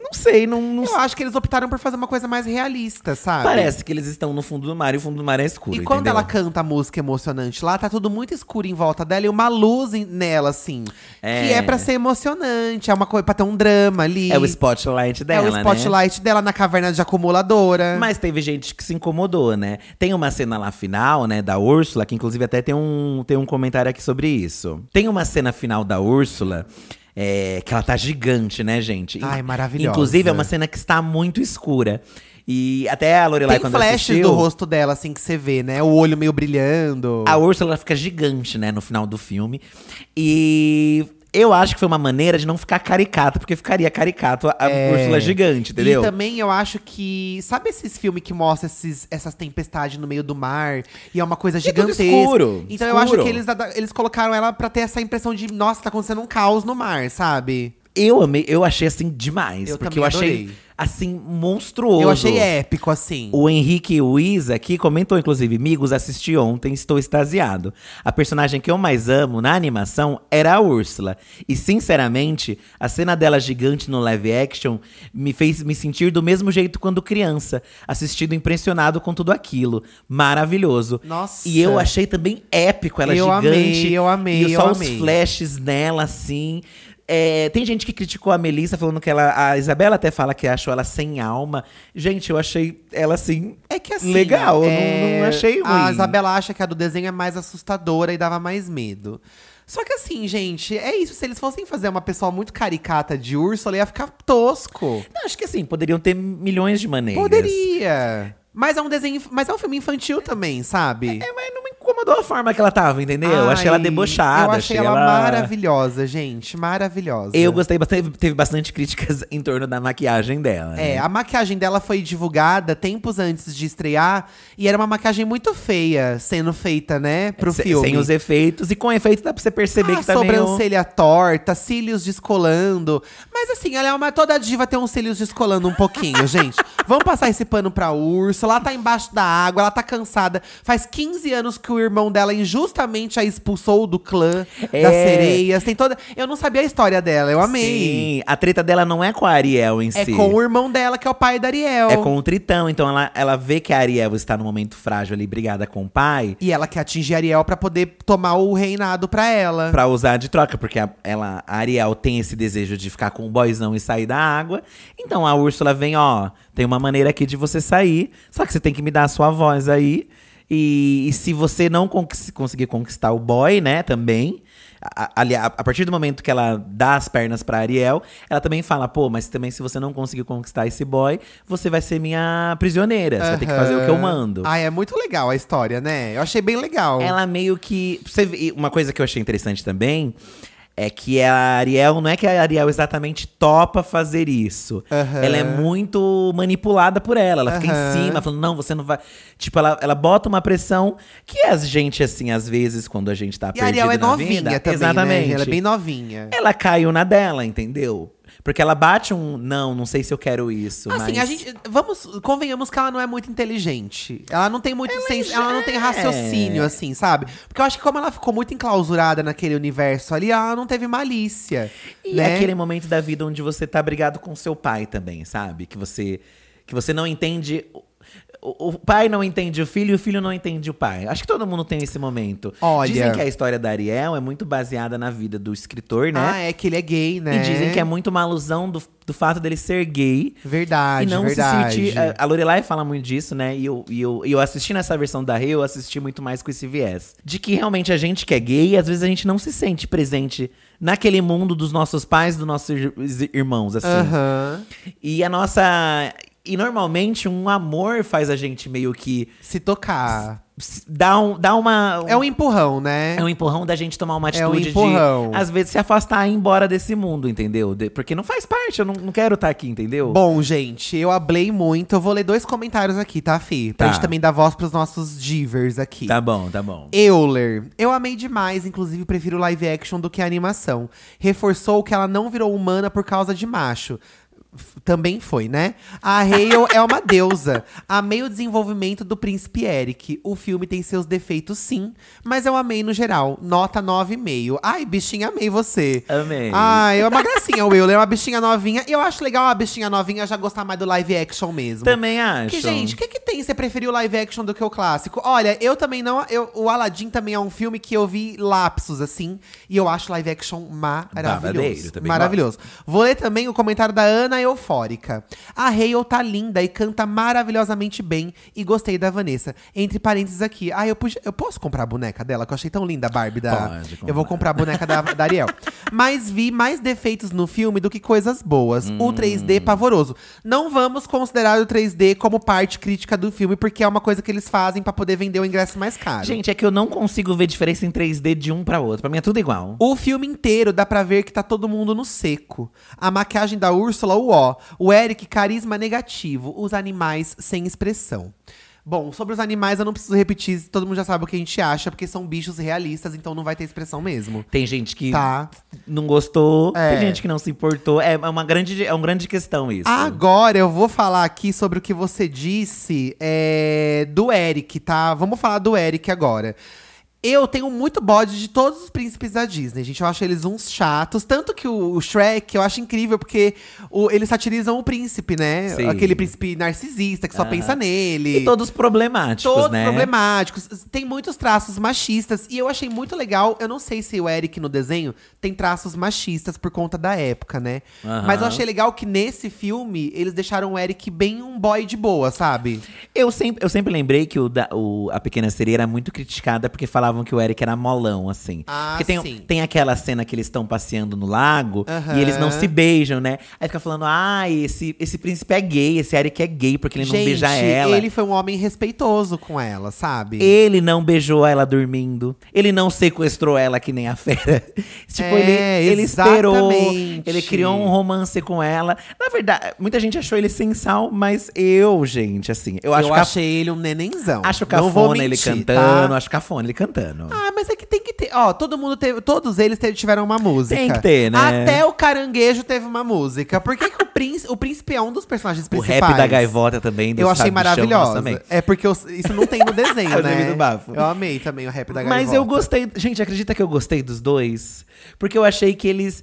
Speaker 2: Não sei, não, não
Speaker 1: Eu acho que eles optaram por fazer uma coisa mais realista, sabe?
Speaker 2: parece que eles estão no fundo do mar e o fundo do mar é escuro,
Speaker 1: E quando
Speaker 2: entendeu?
Speaker 1: ela canta a música emocionante lá, tá tudo muito escuro em volta dela e uma luz em- nela, assim.
Speaker 2: É.
Speaker 1: Que é pra ser emocionante, é uma coisa pra ter um drama ali.
Speaker 2: É o spotlight dela,
Speaker 1: É o
Speaker 2: né?
Speaker 1: spotlight dela na caverna de acumuladora.
Speaker 2: Mas teve gente que se incomodou, né? Tem uma cena lá final, né, da Úrsula, que inclusive até tem um, tem um comentário aqui sobre isso. Tem uma cena final da Úrsula, é, que ela tá gigante, né, gente?
Speaker 1: Ai, maravilhosa.
Speaker 2: Inclusive, é uma cena que está muito escura. E até a Lorelai,
Speaker 1: Tem
Speaker 2: quando
Speaker 1: flashes
Speaker 2: assistiu,
Speaker 1: do rosto dela, assim, que você vê, né? O olho meio brilhando.
Speaker 2: a Úrsula ela fica gigante, né, no final do filme. E eu acho que foi uma maneira de não ficar caricato, porque ficaria caricato a, a
Speaker 1: É.
Speaker 2: Úrsula gigante, entendeu?
Speaker 1: E também eu acho que… Sabe esses filmes que mostram esses, essas tempestades no meio do mar? E é uma coisa
Speaker 2: E é tudo
Speaker 1: gigantesca.
Speaker 2: escuro,
Speaker 1: Então eu acho
Speaker 2: escuro.
Speaker 1: que eles, eles colocaram ela pra ter essa impressão de… Nossa, tá acontecendo um caos no mar, sabe?
Speaker 2: Eu amei, eu achei assim demais.
Speaker 1: Eu
Speaker 2: porque
Speaker 1: também
Speaker 2: eu achei
Speaker 1: adorei.
Speaker 2: assim monstruoso.
Speaker 1: Eu achei épico, assim.
Speaker 2: O Henrique Luiz aqui comentou, inclusive, amigos, assisti ontem, estou extasiado. A personagem que eu mais amo na animação era a Úrsula. E, sinceramente, a cena dela gigante no live action me fez me sentir do mesmo jeito quando criança, assistindo impressionado com tudo aquilo. Maravilhoso.
Speaker 1: Nossa.
Speaker 2: E eu achei também épico ela
Speaker 1: Eu
Speaker 2: gigante.
Speaker 1: amei, eu amei,
Speaker 2: E
Speaker 1: eu
Speaker 2: só
Speaker 1: amei.
Speaker 2: os flashes nela, assim. É, tem gente que criticou a Melissa, falando que ela… A Isabela até fala que achou ela sem alma. Gente, eu achei ela, assim…
Speaker 1: É que assim…
Speaker 2: legal, eu
Speaker 1: é,
Speaker 2: não, não achei ruim.
Speaker 1: A Isabela acha que a do desenho é mais assustadora e dava mais medo. Só que assim, gente, é isso. Se eles fossem fazer uma pessoa muito caricata de Úrsula, ia ficar tosco.
Speaker 2: Não, acho que assim, poderiam ter milhões de maneiras.
Speaker 1: Poderia. Mas é um desenho… Mas é um filme infantil também, sabe?
Speaker 2: É, mas não me incomodou a forma que ela tava, entendeu? eu achei ela
Speaker 1: Ai,
Speaker 2: debochada.
Speaker 1: Eu achei ela, maravilhosa, gente. Maravilhosa.
Speaker 2: Eu gostei bastante, teve bastante críticas em torno da maquiagem dela.
Speaker 1: É,
Speaker 2: né?
Speaker 1: a maquiagem dela foi divulgada tempos antes de estrear. E era uma maquiagem muito feia sendo feita, né, pro
Speaker 2: Se-
Speaker 1: filme.
Speaker 2: Sem os efeitos. E com efeitos dá pra você perceber
Speaker 1: a
Speaker 2: que também… o-
Speaker 1: sobrancelha torta, cílios descolando. Mas assim, ela é uma… Toda diva tem uns cílios descolando um pouquinho, gente. Vamos passar esse pano pra Úrsula. Ela tá embaixo da água, ela tá cansada. Faz quinze anos que o irmão dela injustamente a expulsou do clã
Speaker 2: É.
Speaker 1: das sereias. Tem toda… Eu não sabia a história dela, eu amei.
Speaker 2: Sim, a treta dela não é com a Ariel em
Speaker 1: É
Speaker 2: si.
Speaker 1: com o irmão dela, que é o pai da Ariel.
Speaker 2: É com o Tritão. Então ela, ela vê que a Ariel está num momento frágil ali, brigada com o pai.
Speaker 1: E ela quer atingir a Ariel pra poder tomar o reinado pra ela.
Speaker 2: Pra usar de troca, porque a, ela, a Ariel tem esse desejo de ficar com o boyzão e sair da água. Então a Úrsula vem, ó, tem uma maneira aqui de você sair, só que você tem que me dar a sua voz aí. E, e se você não conquis- conseguir conquistar o boy, né, também… A, ali, a, a partir do momento que ela dá as pernas pra Ariel, ela também fala, pô, mas também se você não conseguir conquistar esse boy, você vai ser minha prisioneira. Você vai ter que fazer o que eu mando.
Speaker 1: Ah, é muito legal a história, né? Eu achei bem legal.
Speaker 2: Ela meio que… Você vê- uma coisa que eu achei interessante também é que a Ariel, não é que a Ariel exatamente topa fazer isso.
Speaker 1: Aham.
Speaker 2: Ela é muito manipulada por ela. Ela fica em
Speaker 1: Aham.
Speaker 2: cima, falando, não, você não vai… Tipo, ela, ela bota uma pressão que a gente, assim, às vezes, quando a gente tá
Speaker 1: E a
Speaker 2: perdido
Speaker 1: Ariel é
Speaker 2: na
Speaker 1: novinha
Speaker 2: vida…
Speaker 1: também,
Speaker 2: Exatamente.
Speaker 1: né? Ela é bem novinha.
Speaker 2: Ela caiu na dela, entendeu? Porque ela bate um, não, não sei se eu quero isso,
Speaker 1: Assim,
Speaker 2: mas…
Speaker 1: a gente… Vamos… Convenhamos que ela não é muito inteligente. Ela não tem muito sens,
Speaker 2: já
Speaker 1: ela não tem raciocínio,
Speaker 2: é.
Speaker 1: assim, sabe? Porque eu acho que como ela ficou muito enclausurada naquele universo ali, ela não teve malícia.
Speaker 2: E
Speaker 1: né?
Speaker 2: é aquele momento da vida onde você tá brigado com seu pai também, sabe? Que você, que você não entende… O, o pai não entende o filho e o filho não entende o pai. Acho que todo mundo tem esse momento.
Speaker 1: Olha…
Speaker 2: Dizem que a história da Ariel é muito baseada na vida do escritor, né?
Speaker 1: Ah, é que ele é gay, né?
Speaker 2: E dizem que é muito uma alusão do, do fato dele ser gay.
Speaker 1: Verdade,
Speaker 2: E não
Speaker 1: verdade.
Speaker 2: se sentir. A, a Lorelai fala muito disso, né? E eu, e eu, e eu assistindo essa versão da Rei, eu assisti muito mais com esse viés. De que realmente a gente que é gay, às vezes a gente não se sente presente naquele mundo dos nossos pais, dos nossos ir- irmãos, assim.
Speaker 1: Aham.
Speaker 2: E a nossa. E normalmente um amor faz a gente meio que
Speaker 1: Se tocar.
Speaker 2: s- dá, um, dá uma.
Speaker 1: É um empurrão, né?
Speaker 2: É um empurrão da gente tomar uma
Speaker 1: É um
Speaker 2: atitude
Speaker 1: empurrão.
Speaker 2: de, às vezes, se afastar e ir embora desse mundo, entendeu? De- porque não faz parte, eu não, não quero estar aqui, entendeu?
Speaker 1: Bom, gente, eu hablei muito. Eu vou ler dois comentários aqui, tá, Fih? Pra
Speaker 2: Tá.
Speaker 1: gente também dar voz pros nossos divers aqui.
Speaker 2: Tá bom, tá bom.
Speaker 1: Euler. Eu amei demais, inclusive prefiro live action do que a animação. Reforçou que ela não virou humana por causa de macho. F- Também foi, né? A Hale é uma deusa. Amei o desenvolvimento do príncipe Eric. O filme tem seus defeitos, sim, mas eu amei no geral. Nota nove vírgula cinco. Ai, bichinha, amei você.
Speaker 2: Amei.
Speaker 1: Ai, é uma gracinha, Will. É uma bichinha novinha. E eu acho legal a bichinha novinha já gostar mais do live action mesmo.
Speaker 2: Também acho.
Speaker 1: Que, gente, o que que tem? Você preferiu o live action do que o clássico? Olha, eu também não… Eu, o Aladdin também é um filme que eu vi lapsos, assim. E eu acho live action maravilhoso.
Speaker 2: Babadeiro, também
Speaker 1: Maravilhoso. Vou ler também o comentário da Ana Eufórica. A Hale tá linda e canta maravilhosamente bem. E gostei da Vanessa. Entre parênteses aqui. Ah, eu, podia, eu posso comprar a boneca dela? Que eu achei tão linda a Barbie da…
Speaker 2: Pode comprar.
Speaker 1: Eu vou comprar a boneca da, da Ariel. Mas vi mais defeitos no filme do que coisas boas.
Speaker 2: Hum.
Speaker 1: O três D pavoroso. Não vamos considerar o três D como parte crítica do filme, porque é uma coisa que eles fazem pra poder vender o ingresso mais caro.
Speaker 2: Gente, é que eu não consigo ver diferença em três D de um pra outro. Pra mim é tudo igual.
Speaker 1: O filme inteiro dá pra ver que tá todo mundo no seco. A maquiagem da Úrsula, uó. O Eric, carisma negativo. Os animais, sem expressão. Bom, sobre os animais eu não preciso repetir, todo mundo já sabe o que a gente acha, porque são bichos realistas, então não vai ter expressão mesmo.
Speaker 2: Tem gente que
Speaker 1: Tá.
Speaker 2: não gostou,
Speaker 1: É.
Speaker 2: tem gente que não se importou. É uma grande, é uma grande questão isso.
Speaker 1: Agora eu vou falar aqui sobre o que você disse é, do Eric, tá? Vamos falar do Eric agora. Eu tenho muito bode de todos os príncipes da Disney, gente. Eu acho eles uns chatos. Tanto que o, o Shrek eu acho incrível, porque o- eles satirizam o príncipe, né?
Speaker 2: Sim.
Speaker 1: Aquele príncipe narcisista que só
Speaker 2: Ah.
Speaker 1: pensa nele.
Speaker 2: E todos problemáticos,
Speaker 1: Todos
Speaker 2: né?
Speaker 1: problemáticos. Tem muitos traços machistas. E eu achei muito legal. Eu não sei se o Eric no desenho tem traços machistas por conta da época, né?
Speaker 2: Aham.
Speaker 1: Mas eu achei legal que nesse filme eles deixaram o Eric bem um boy de boa, sabe?
Speaker 2: Eu sempre, eu sempre lembrei que o, da- o- a Pequena Sereia era muito criticada porque falavam que o Eric era molão, assim.
Speaker 1: Ah,
Speaker 2: porque tem,
Speaker 1: sim.
Speaker 2: tem aquela cena que eles estão passeando no lago
Speaker 1: Aham.
Speaker 2: e eles não se beijam, né? Aí fica falando, ah, esse, esse príncipe é gay, esse Eric é gay porque ele não
Speaker 1: Gente,
Speaker 2: beija ela.
Speaker 1: ele foi um homem respeitoso com ela, sabe?
Speaker 2: Ele não beijou ela dormindo. Ele não sequestrou ela que nem a fera. tipo,
Speaker 1: É,
Speaker 2: ele, ele esperou.
Speaker 1: exatamente.
Speaker 2: Ele criou um romance com ela. Na verdade, muita gente achou ele sem sal, mas eu, gente, assim, eu acho
Speaker 1: eu
Speaker 2: que
Speaker 1: achei ele um nenenzão.
Speaker 2: Acho
Speaker 1: Não vou
Speaker 2: cafona ele
Speaker 1: mentir,
Speaker 2: cantando,
Speaker 1: tá?
Speaker 2: acho cafona ele cantando.
Speaker 1: Ah, mas é que tem que ter. Ó, todo mundo teve. Todos eles te- tiveram uma música.
Speaker 2: Tem que ter, né?
Speaker 1: Até o caranguejo teve uma música. Por que, que o príncipe. O príncipe é um dos personagens
Speaker 2: O
Speaker 1: principais.
Speaker 2: rap da gaivota também. do
Speaker 1: Eu achei
Speaker 2: Sabe do Chão, nossa,
Speaker 1: maravilhosa.
Speaker 2: também.
Speaker 1: É porque eu- isso não tem no desenho,
Speaker 2: Eu
Speaker 1: né?
Speaker 2: lembro do bafo.
Speaker 1: Eu amei também o rap da gaivota.
Speaker 2: Mas eu gostei. Gente, acredita que eu gostei dos dois? Porque eu achei que eles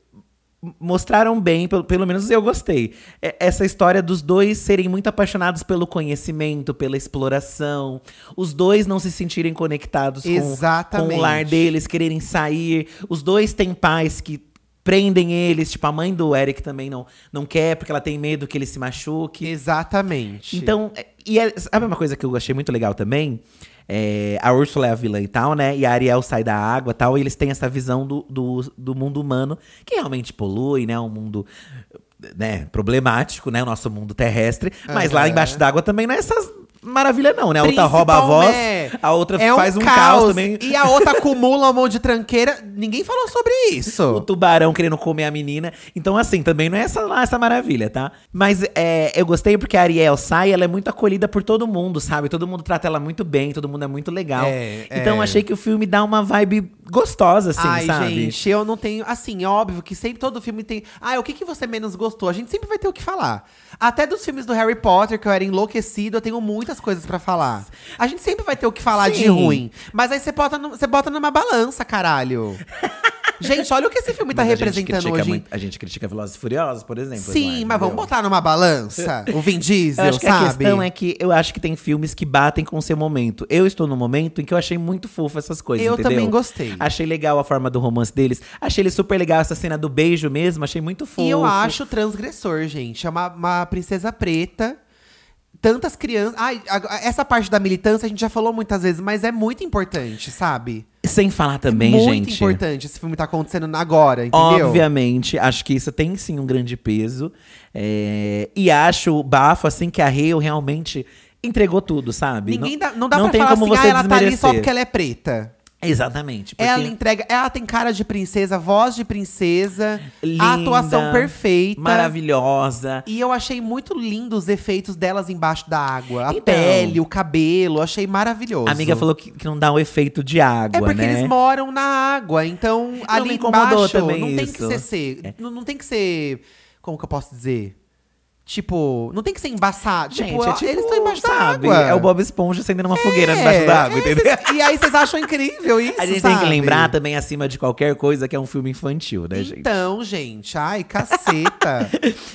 Speaker 2: mostraram bem, pelo, pelo menos eu gostei. É- Essa história dos dois serem muito apaixonados pelo conhecimento, pela exploração. Os dois não se sentirem conectados com, com
Speaker 1: Exatamente.
Speaker 2: o lar deles, quererem sair. Os dois têm pais que prendem eles. Tipo, a mãe do Eric também não, não quer, porque ela tem medo que ele se machuque.
Speaker 1: Exatamente.
Speaker 2: Então, é- e é, sabe uma coisa que eu achei muito legal também? É, a Úrsula é a vilã e tal, né? E a Ariel sai da água e tal. E eles têm essa visão do, do, do mundo humano, que realmente polui, né? Um mundo, né, problemático, né? O nosso mundo terrestre. Mas lá
Speaker 1: Aham.
Speaker 2: embaixo d'água também não é essas maravilha não, né? A outra rouba a voz,
Speaker 1: Principalmente,
Speaker 2: a outra
Speaker 1: é
Speaker 2: faz um caos também.
Speaker 1: E a outra acumula um monte de tranqueira. Ninguém falou sobre
Speaker 2: O
Speaker 1: isso.
Speaker 2: tubarão querendo comer a menina. Então, assim, também não é essa, lá essa maravilha, tá? Mas é, eu gostei porque a Ariel sai, ela é muito acolhida por todo mundo, sabe? Todo mundo trata ela muito bem, todo mundo é muito legal.
Speaker 1: É,
Speaker 2: então,
Speaker 1: é.
Speaker 2: achei que o filme dá uma vibe gostosa, assim,
Speaker 1: Ai,
Speaker 2: sabe?
Speaker 1: gente, eu não tenho… Assim, é óbvio que sempre todo filme tem… Ah, o que, que você menos gostou? A gente sempre vai ter o que falar. Até dos filmes do Harry Potter, que eu era enlouquecido, eu tenho muitas coisas pra falar. A gente sempre vai ter o que falar de
Speaker 2: Sim.
Speaker 1: ruim. Mas aí você bota, no- você bota numa balança, caralho. Gente, olha o que esse filme tá
Speaker 2: Mas a gente
Speaker 1: representando
Speaker 2: critica
Speaker 1: hoje.
Speaker 2: muito- a gente critica Velozes e Furiosos, por exemplo.
Speaker 1: Sim,
Speaker 2: Eduardo,
Speaker 1: mas vamos
Speaker 2: entendeu?
Speaker 1: botar numa balança o Vin Diesel,
Speaker 2: Eu acho que
Speaker 1: sabe?
Speaker 2: a questão é que eu acho que tem filmes que batem com o seu momento. Eu estou no momento em que eu achei muito fofo essas coisas,
Speaker 1: Eu
Speaker 2: entendeu?
Speaker 1: também gostei.
Speaker 2: Achei legal a forma do romance deles. Achei ele super legal essa cena do beijo mesmo. Achei muito fofo.
Speaker 1: E eu acho transgressor, gente. É uma, uma princesa preta. Tantas crianças. Ai, a- essa parte da militância a gente já falou muitas vezes, mas é muito importante, sabe?
Speaker 2: Sem falar também,
Speaker 1: é muito
Speaker 2: gente.
Speaker 1: importante esse filme tá acontecendo agora, entendeu?
Speaker 2: Obviamente, acho que isso tem sim um grande peso. É, e acho bafo, assim, que a Hale realmente entregou tudo, sabe?
Speaker 1: Ninguém
Speaker 2: não,
Speaker 1: dá, não dá
Speaker 2: não
Speaker 1: pra
Speaker 2: tem
Speaker 1: falar
Speaker 2: como
Speaker 1: assim,
Speaker 2: você
Speaker 1: ah, ela tá ali só
Speaker 2: desmerecer.
Speaker 1: porque ela é preta.
Speaker 2: Exatamente. Porque
Speaker 1: Ela entrega. Ela tem cara de princesa, voz de princesa,
Speaker 2: linda,
Speaker 1: a atuação perfeita.
Speaker 2: maravilhosa.
Speaker 1: E eu achei muito lindo os efeitos delas embaixo da água. A
Speaker 2: Então.
Speaker 1: pele, o cabelo, achei maravilhoso.
Speaker 2: A amiga falou que, que não dá o efeito de água,
Speaker 1: É porque
Speaker 2: né?
Speaker 1: eles moram na água, então ali
Speaker 2: me incomodou
Speaker 1: embaixo
Speaker 2: também
Speaker 1: não tem
Speaker 2: isso.
Speaker 1: que ser, ser- não, não tem que ser, como que eu posso dizer? Tipo, não tem que ser embaçado.
Speaker 2: Gente,
Speaker 1: tipo,
Speaker 2: é tipo,
Speaker 1: eles estão embaixo da
Speaker 2: sabe?
Speaker 1: água.
Speaker 2: É o Bob Esponja acendendo uma fogueira
Speaker 1: É,
Speaker 2: debaixo da água,
Speaker 1: é,
Speaker 2: entendeu?
Speaker 1: cês- e aí vocês acham incrível isso,
Speaker 2: A gente
Speaker 1: sabe?
Speaker 2: tem que lembrar também, acima de qualquer coisa, que é um filme infantil, né, gente?
Speaker 1: Então, gente, ai, caceta.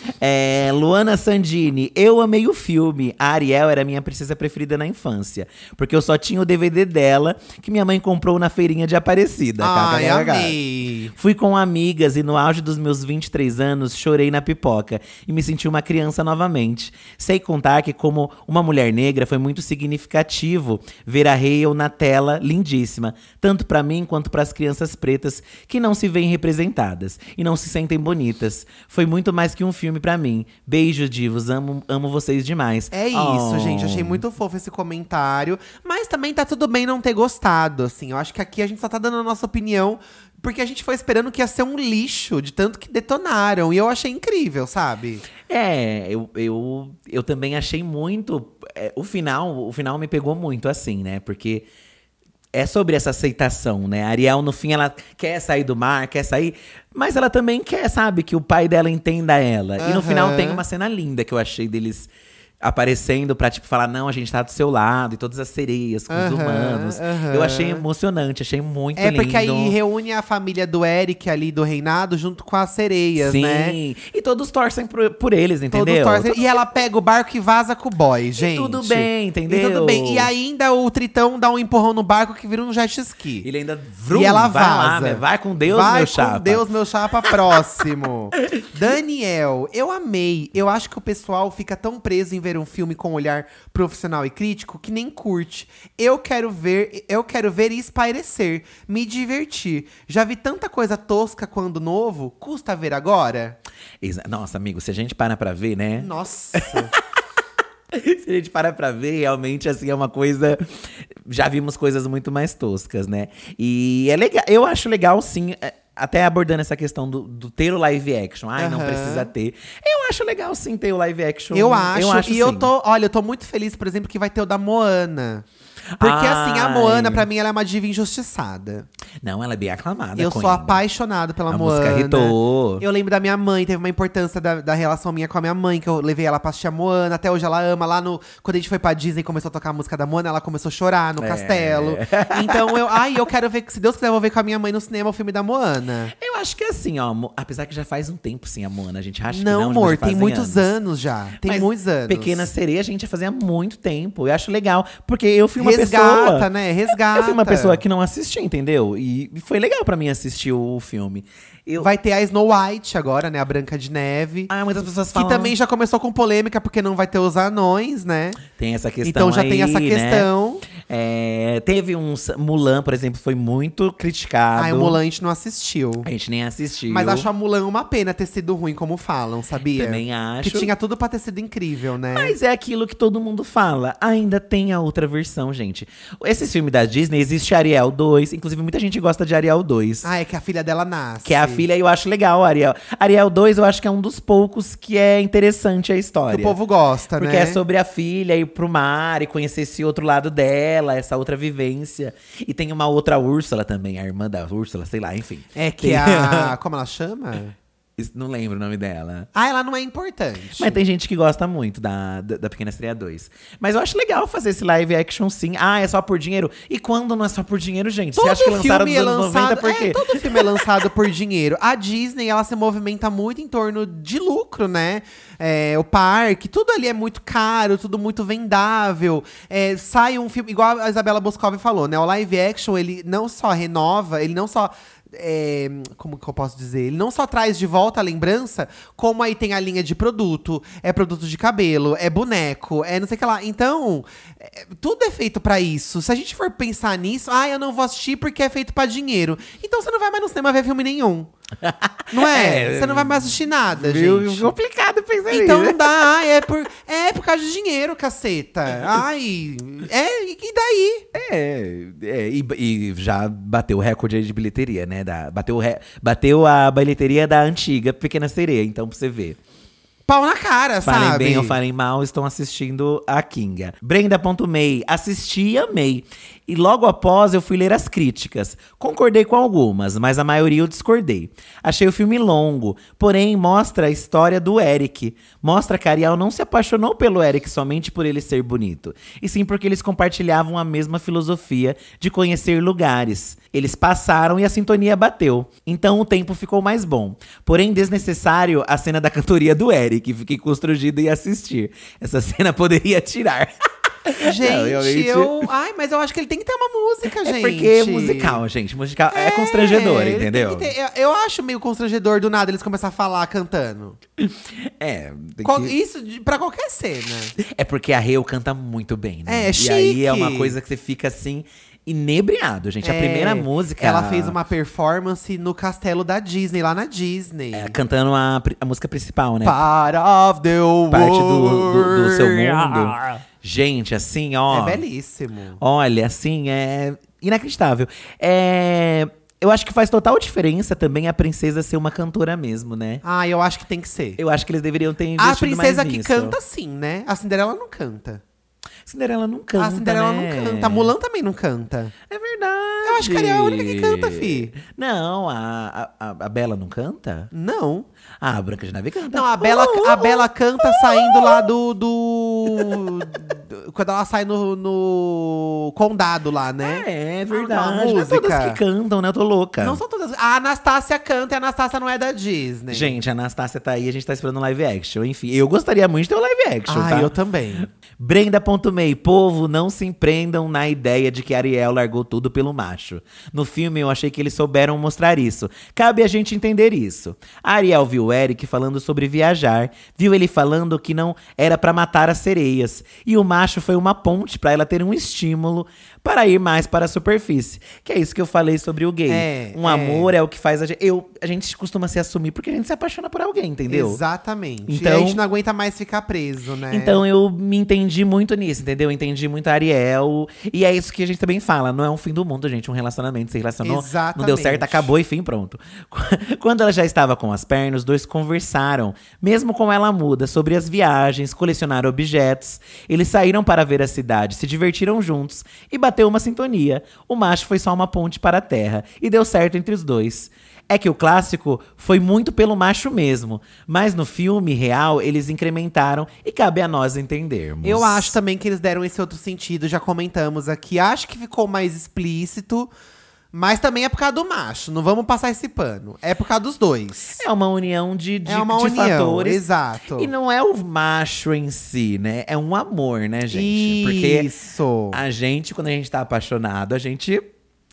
Speaker 2: É, Luana Sandini, eu amei o filme. A Ariel era a minha princesa preferida na infância. Porque eu só tinha o D V D dela, que minha mãe comprou na feirinha de Aparecida.
Speaker 1: Ai,
Speaker 2: Kkk.
Speaker 1: amei.
Speaker 2: Fui com amigas e no auge dos meus vinte e três anos, chorei na pipoca. E me senti uma criança novamente. Sei contar que, como uma mulher negra, foi muito significativo ver a Hale na tela, lindíssima. Tanto pra mim, quanto pras crianças pretas, que não se veem representadas. E não se sentem bonitas. Foi muito mais que um filme pra mim. Beijo, divos. Amo, amo vocês demais.
Speaker 1: É isso,
Speaker 2: Oh.
Speaker 1: gente. Achei muito fofo esse comentário. Mas também tá tudo bem não ter gostado, assim. Eu acho que aqui a gente só tá dando a nossa opinião. Porque a gente foi esperando que ia ser um lixo, de tanto que detonaram. E eu achei incrível, sabe?
Speaker 2: É, eu, eu, eu também achei muito. É, o final, o final me pegou muito, assim, né? Porque é sobre essa aceitação, né? A Ariel, no fim, ela quer sair do mar, quer sair. Mas ela também quer, sabe, que o pai dela entenda ela. E no
Speaker 1: Aham.
Speaker 2: final tem uma cena linda que eu achei deles aparecendo pra, tipo, falar, não, a gente tá do seu lado, e todas as sereias com os
Speaker 1: Aham,
Speaker 2: humanos.
Speaker 1: aham.
Speaker 2: Eu achei emocionante, achei muito
Speaker 1: É
Speaker 2: lindo.
Speaker 1: porque aí reúne a família do Eric ali, do reinado, junto com as sereias,
Speaker 2: Sim,
Speaker 1: né?
Speaker 2: e todos torcem por, por eles,
Speaker 1: Todos
Speaker 2: entendeu?
Speaker 1: torcem. E ela pega o barco e vaza com o boy, gente.
Speaker 2: tudo bem, entendeu?
Speaker 1: E tudo bem. E ainda o Tritão dá um empurrão no barco que vira um jet ski.
Speaker 2: Ele ainda vrum,
Speaker 1: E ela
Speaker 2: vai
Speaker 1: vaza.
Speaker 2: lá, né? Vai com Deus,
Speaker 1: Vai
Speaker 2: meu
Speaker 1: com
Speaker 2: chapa.
Speaker 1: Deus, meu chapa, próximo. Daniel, eu amei. Eu acho que o pessoal fica tão preso em ver um filme com um olhar profissional e crítico que nem curte. Eu quero ver, eu quero ver e espairecer, me divertir. Já vi tanta coisa tosca quando novo, custa ver agora?
Speaker 2: Exa- Nossa, amigo, se a gente para pra ver, né?
Speaker 1: Nossa.
Speaker 2: Se a gente para pra ver, realmente, assim, é uma coisa… Já vimos coisas muito mais toscas, né? E é legal, eu acho legal, sim… é, Até abordando essa questão do, do ter o live action. Ai, não
Speaker 1: Aham.
Speaker 2: precisa ter. Eu acho legal, sim, ter o live action.
Speaker 1: Eu acho,
Speaker 2: eu acho
Speaker 1: e eu
Speaker 2: sim.
Speaker 1: tô, olha, eu tô muito feliz, por exemplo, que vai ter o da Moana. Porque assim, a
Speaker 2: Ai.
Speaker 1: Moana, pra mim, ela é uma diva injustiçada.
Speaker 2: Não, ela é bem aclamada,
Speaker 1: Eu
Speaker 2: Queen.
Speaker 1: sou apaixonado pela
Speaker 2: A
Speaker 1: Moana.
Speaker 2: música hitou.
Speaker 1: Eu lembro da minha mãe, teve uma importância da, da relação minha com a minha mãe, que eu levei ela pra assistir a Moana. Até hoje ela ama. Lá no. Quando a gente foi pra Disney e começou a tocar a música da Moana, ela começou a chorar no
Speaker 2: É.
Speaker 1: castelo. Então eu. Ai, eu quero ver, se Deus quiser, eu vou ver com a minha mãe no cinema o filme da Moana.
Speaker 2: Eu acho que é assim, ó. Mo- Apesar que já faz um tempo, sim, a Moana. A gente acha
Speaker 1: Não,
Speaker 2: que não,
Speaker 1: amor,
Speaker 2: mas já
Speaker 1: tem
Speaker 2: fazem
Speaker 1: muitos
Speaker 2: anos.
Speaker 1: anos, já. Tem
Speaker 2: Mas
Speaker 1: muitos anos.
Speaker 2: Pequena Sereia, a gente já fazia há muito tempo. Eu acho legal. Porque eu fui uma
Speaker 1: Resgata,
Speaker 2: pessoa…
Speaker 1: né? Resgata.
Speaker 2: Eu fui uma pessoa que não assistia, entendeu? E foi legal pra mim assistir o filme. Eu…
Speaker 1: Vai ter a Snow White agora, né? A Branca de Neve.
Speaker 2: Ah, muitas pessoas
Speaker 1: Que
Speaker 2: falam…
Speaker 1: também já começou com polêmica, porque não vai ter os anões, né?
Speaker 2: Tem essa questão
Speaker 1: Então já
Speaker 2: aí,
Speaker 1: tem essa
Speaker 2: né?
Speaker 1: questão.
Speaker 2: É, teve um… Mulan, por exemplo, foi muito criticado.
Speaker 1: Ai, o Mulan a gente não assistiu.
Speaker 2: A gente nem assistiu.
Speaker 1: Mas acho a Mulan uma pena ter sido ruim, como falam, sabia?
Speaker 2: Também acho.
Speaker 1: Que tinha tudo pra ter sido incrível, né?
Speaker 2: Mas é aquilo que todo mundo fala. Ainda tem a outra versão, gente. Esse filme da Disney, existe Ariel dois. Inclusive, muita gente gosta de Ariel dois.
Speaker 1: Ah, é que a filha dela nasce.
Speaker 2: Que é a filha, e eu acho legal, Ariel. Ariel dois, eu acho que é um dos poucos que é interessante a
Speaker 1: Que
Speaker 2: história.
Speaker 1: o povo gosta,
Speaker 2: Porque
Speaker 1: né?
Speaker 2: é sobre a filha ir pro mar e conhecer esse outro lado dela, essa outra vivência. E tem uma outra Úrsula também, a irmã da Úrsula, sei lá, enfim.
Speaker 1: É que
Speaker 2: Tem-
Speaker 1: a… Como ela chama?
Speaker 2: Isso, não lembro o nome dela.
Speaker 1: Ah, ela não é importante.
Speaker 2: Mas tem gente que gosta muito da, da, da Pequena Sereia dois. Mas eu acho legal fazer esse live action, sim. Ah, é só por dinheiro? E quando não é só por dinheiro, gente?
Speaker 1: Todo
Speaker 2: Você acha que lançaram
Speaker 1: filme
Speaker 2: nos
Speaker 1: é
Speaker 2: anos
Speaker 1: lançado,
Speaker 2: noventa por quê?
Speaker 1: É, todo filme é lançado por dinheiro. A Disney, ela se movimenta muito em torno de lucro, né? É, o parque, tudo ali é muito caro, tudo muito vendável. É, sai um filme, igual a Isabela Boscov falou, né? O live action, ele não só renova, ele não só… É, como que eu posso dizer? Ele não só traz de volta a lembrança, como aí tem a linha de produto, é produto de cabelo, é boneco, é não sei o que lá. Então, é, tudo é feito pra isso. Se a gente for pensar nisso, ah, eu não vou assistir porque é feito pra dinheiro. Então você não vai mais no cinema ver filme nenhum. Não é?
Speaker 2: É.
Speaker 1: Você não vai mais assistir nada,
Speaker 2: Viu?
Speaker 1: gente.
Speaker 2: Complicado pensar
Speaker 1: Então
Speaker 2: nisso.
Speaker 1: não dá, ai, é por, é por causa de dinheiro, caceta. Ai, é, e daí?
Speaker 2: É, é e, e já bateu o recorde aí de bilheteria, né? Da, bateu, o re- bateu a bilheteria da antiga Pequena Sereia, então pra você ver.
Speaker 1: pau na cara,
Speaker 2: Falem
Speaker 1: sabe?
Speaker 2: bem ou falem mal, estão assistindo a Kinga. Brenda.May, assisti e amei. E logo após eu fui ler as críticas. Concordei com algumas, mas a maioria eu discordei. Achei o filme longo, porém mostra a história do Eric. Mostra que a Ariel não se apaixonou pelo Eric somente por ele ser bonito, e sim porque eles compartilhavam a mesma filosofia de conhecer lugares. Eles passaram e a sintonia bateu. Então o tempo ficou mais bom. Porém, desnecessário a cena da cantoria do Eric. Fiquei constrangido em assistir. Essa cena poderia tirar.
Speaker 1: Gente,
Speaker 2: Não, realmente-
Speaker 1: eu. Ai, mas eu acho que ele tem que ter uma música,
Speaker 2: É
Speaker 1: gente.
Speaker 2: porque é musical, gente. Musical é, constrangedor,
Speaker 1: ele tem
Speaker 2: entendeu?
Speaker 1: que ter- eu, eu acho meio constrangedor do nada eles começarem a falar cantando.
Speaker 2: É, tem
Speaker 1: Qual-
Speaker 2: que-
Speaker 1: Isso de- pra qualquer cena.
Speaker 2: é porque a Reu canta muito bem, né?
Speaker 1: É, é
Speaker 2: E aí é
Speaker 1: chique.
Speaker 2: uma coisa que você fica assim, inebriado, gente. A
Speaker 1: É,
Speaker 2: primeira música.
Speaker 1: Ela fez uma performance no castelo da Disney, lá na Disney.
Speaker 2: é, cantando a, pri- a música principal, né?
Speaker 1: Part of the world.
Speaker 2: Parte do, do, do seu mundo. Gente, assim, ó.
Speaker 1: É belíssimo.
Speaker 2: Olha, assim, é inacreditável. É. Eu acho que faz total diferença também a princesa ser uma cantora mesmo, né?
Speaker 1: Ah, eu acho que tem que ser.
Speaker 2: Eu acho que eles deveriam ter
Speaker 1: A
Speaker 2: investido
Speaker 1: princesa
Speaker 2: mais
Speaker 1: que
Speaker 2: nisso.
Speaker 1: canta, sim, né? A Cinderela não canta.
Speaker 2: Cinderela não canta,
Speaker 1: a Cinderela
Speaker 2: né?
Speaker 1: não canta. A Mulan também não canta.
Speaker 2: É verdade.
Speaker 1: Eu acho que a Ariel é a única que canta, fi.
Speaker 2: Não, a, a, a Bela não canta?
Speaker 1: Não.
Speaker 2: Ah, a Branca de Neve canta.
Speaker 1: Não, a Bela, a Bela canta saindo lá do, do, do- quando ela sai no, no condado lá, né?
Speaker 2: É, é
Speaker 1: A
Speaker 2: verdade. Não é
Speaker 1: música.
Speaker 2: todas que cantam, né? Eu tô louca.
Speaker 1: Não são todas. A Anastácia canta e a Anastácia não é da Disney.
Speaker 2: Gente, a Anastácia tá aí, a gente tá esperando live action. Enfim, eu gostaria muito de ter um live action,
Speaker 1: Ah,
Speaker 2: tá?
Speaker 1: eu também.
Speaker 2: Brenda.May, povo, não se empreendam na ideia de que Ariel largou tudo pelo macho. No filme, eu achei que eles souberam mostrar isso. Cabe a gente entender isso. A Ariel viu o Eric falando sobre viajar, viu ele falando que não era pra matar as sereias. E o macho foi uma ponte pra ela ter um estímulo para ir mais para a superfície. Que é isso que eu falei sobre o gay.
Speaker 1: É,
Speaker 2: um
Speaker 1: é.
Speaker 2: amor é o que faz a gente… Eu, a gente costuma se assumir porque a gente se apaixona por alguém, entendeu?
Speaker 1: Exatamente.
Speaker 2: Então-
Speaker 1: e a gente não aguenta mais ficar preso, né?
Speaker 2: Então eu me entendi muito nisso, entendeu? Eu entendi muito a Ariel. E é isso que a gente também fala. Não é um fim do mundo, gente. Um relacionamento se relacionou, não deu
Speaker 1: Exatamente.
Speaker 2: certo, acabou e fim, pronto. Quando ela já estava com as pernas, os dois conversaram. Mesmo com ela muda, sobre as viagens, colecionar objetos. Eles saíram para ver a cidade, se divertiram juntos e bateu uma sintonia. O macho foi só uma ponte para a terra. E deu certo entre os dois. É que o clássico foi muito pelo macho mesmo. Mas no filme real, eles incrementaram e cabe a nós entendermos.
Speaker 1: Eu acho também que eles deram esse outro sentido, já comentamos aqui. Acho que ficou mais explícito, mas também é por causa do macho. Não vamos passar esse pano. É por causa dos dois.
Speaker 2: É uma união de, de,
Speaker 1: É uma
Speaker 2: de
Speaker 1: união,
Speaker 2: fatores.
Speaker 1: exato.
Speaker 2: E não é o macho em si, né? É um amor, né, gente?
Speaker 1: Isso.
Speaker 2: Porque a gente, quando a gente tá apaixonado, a gente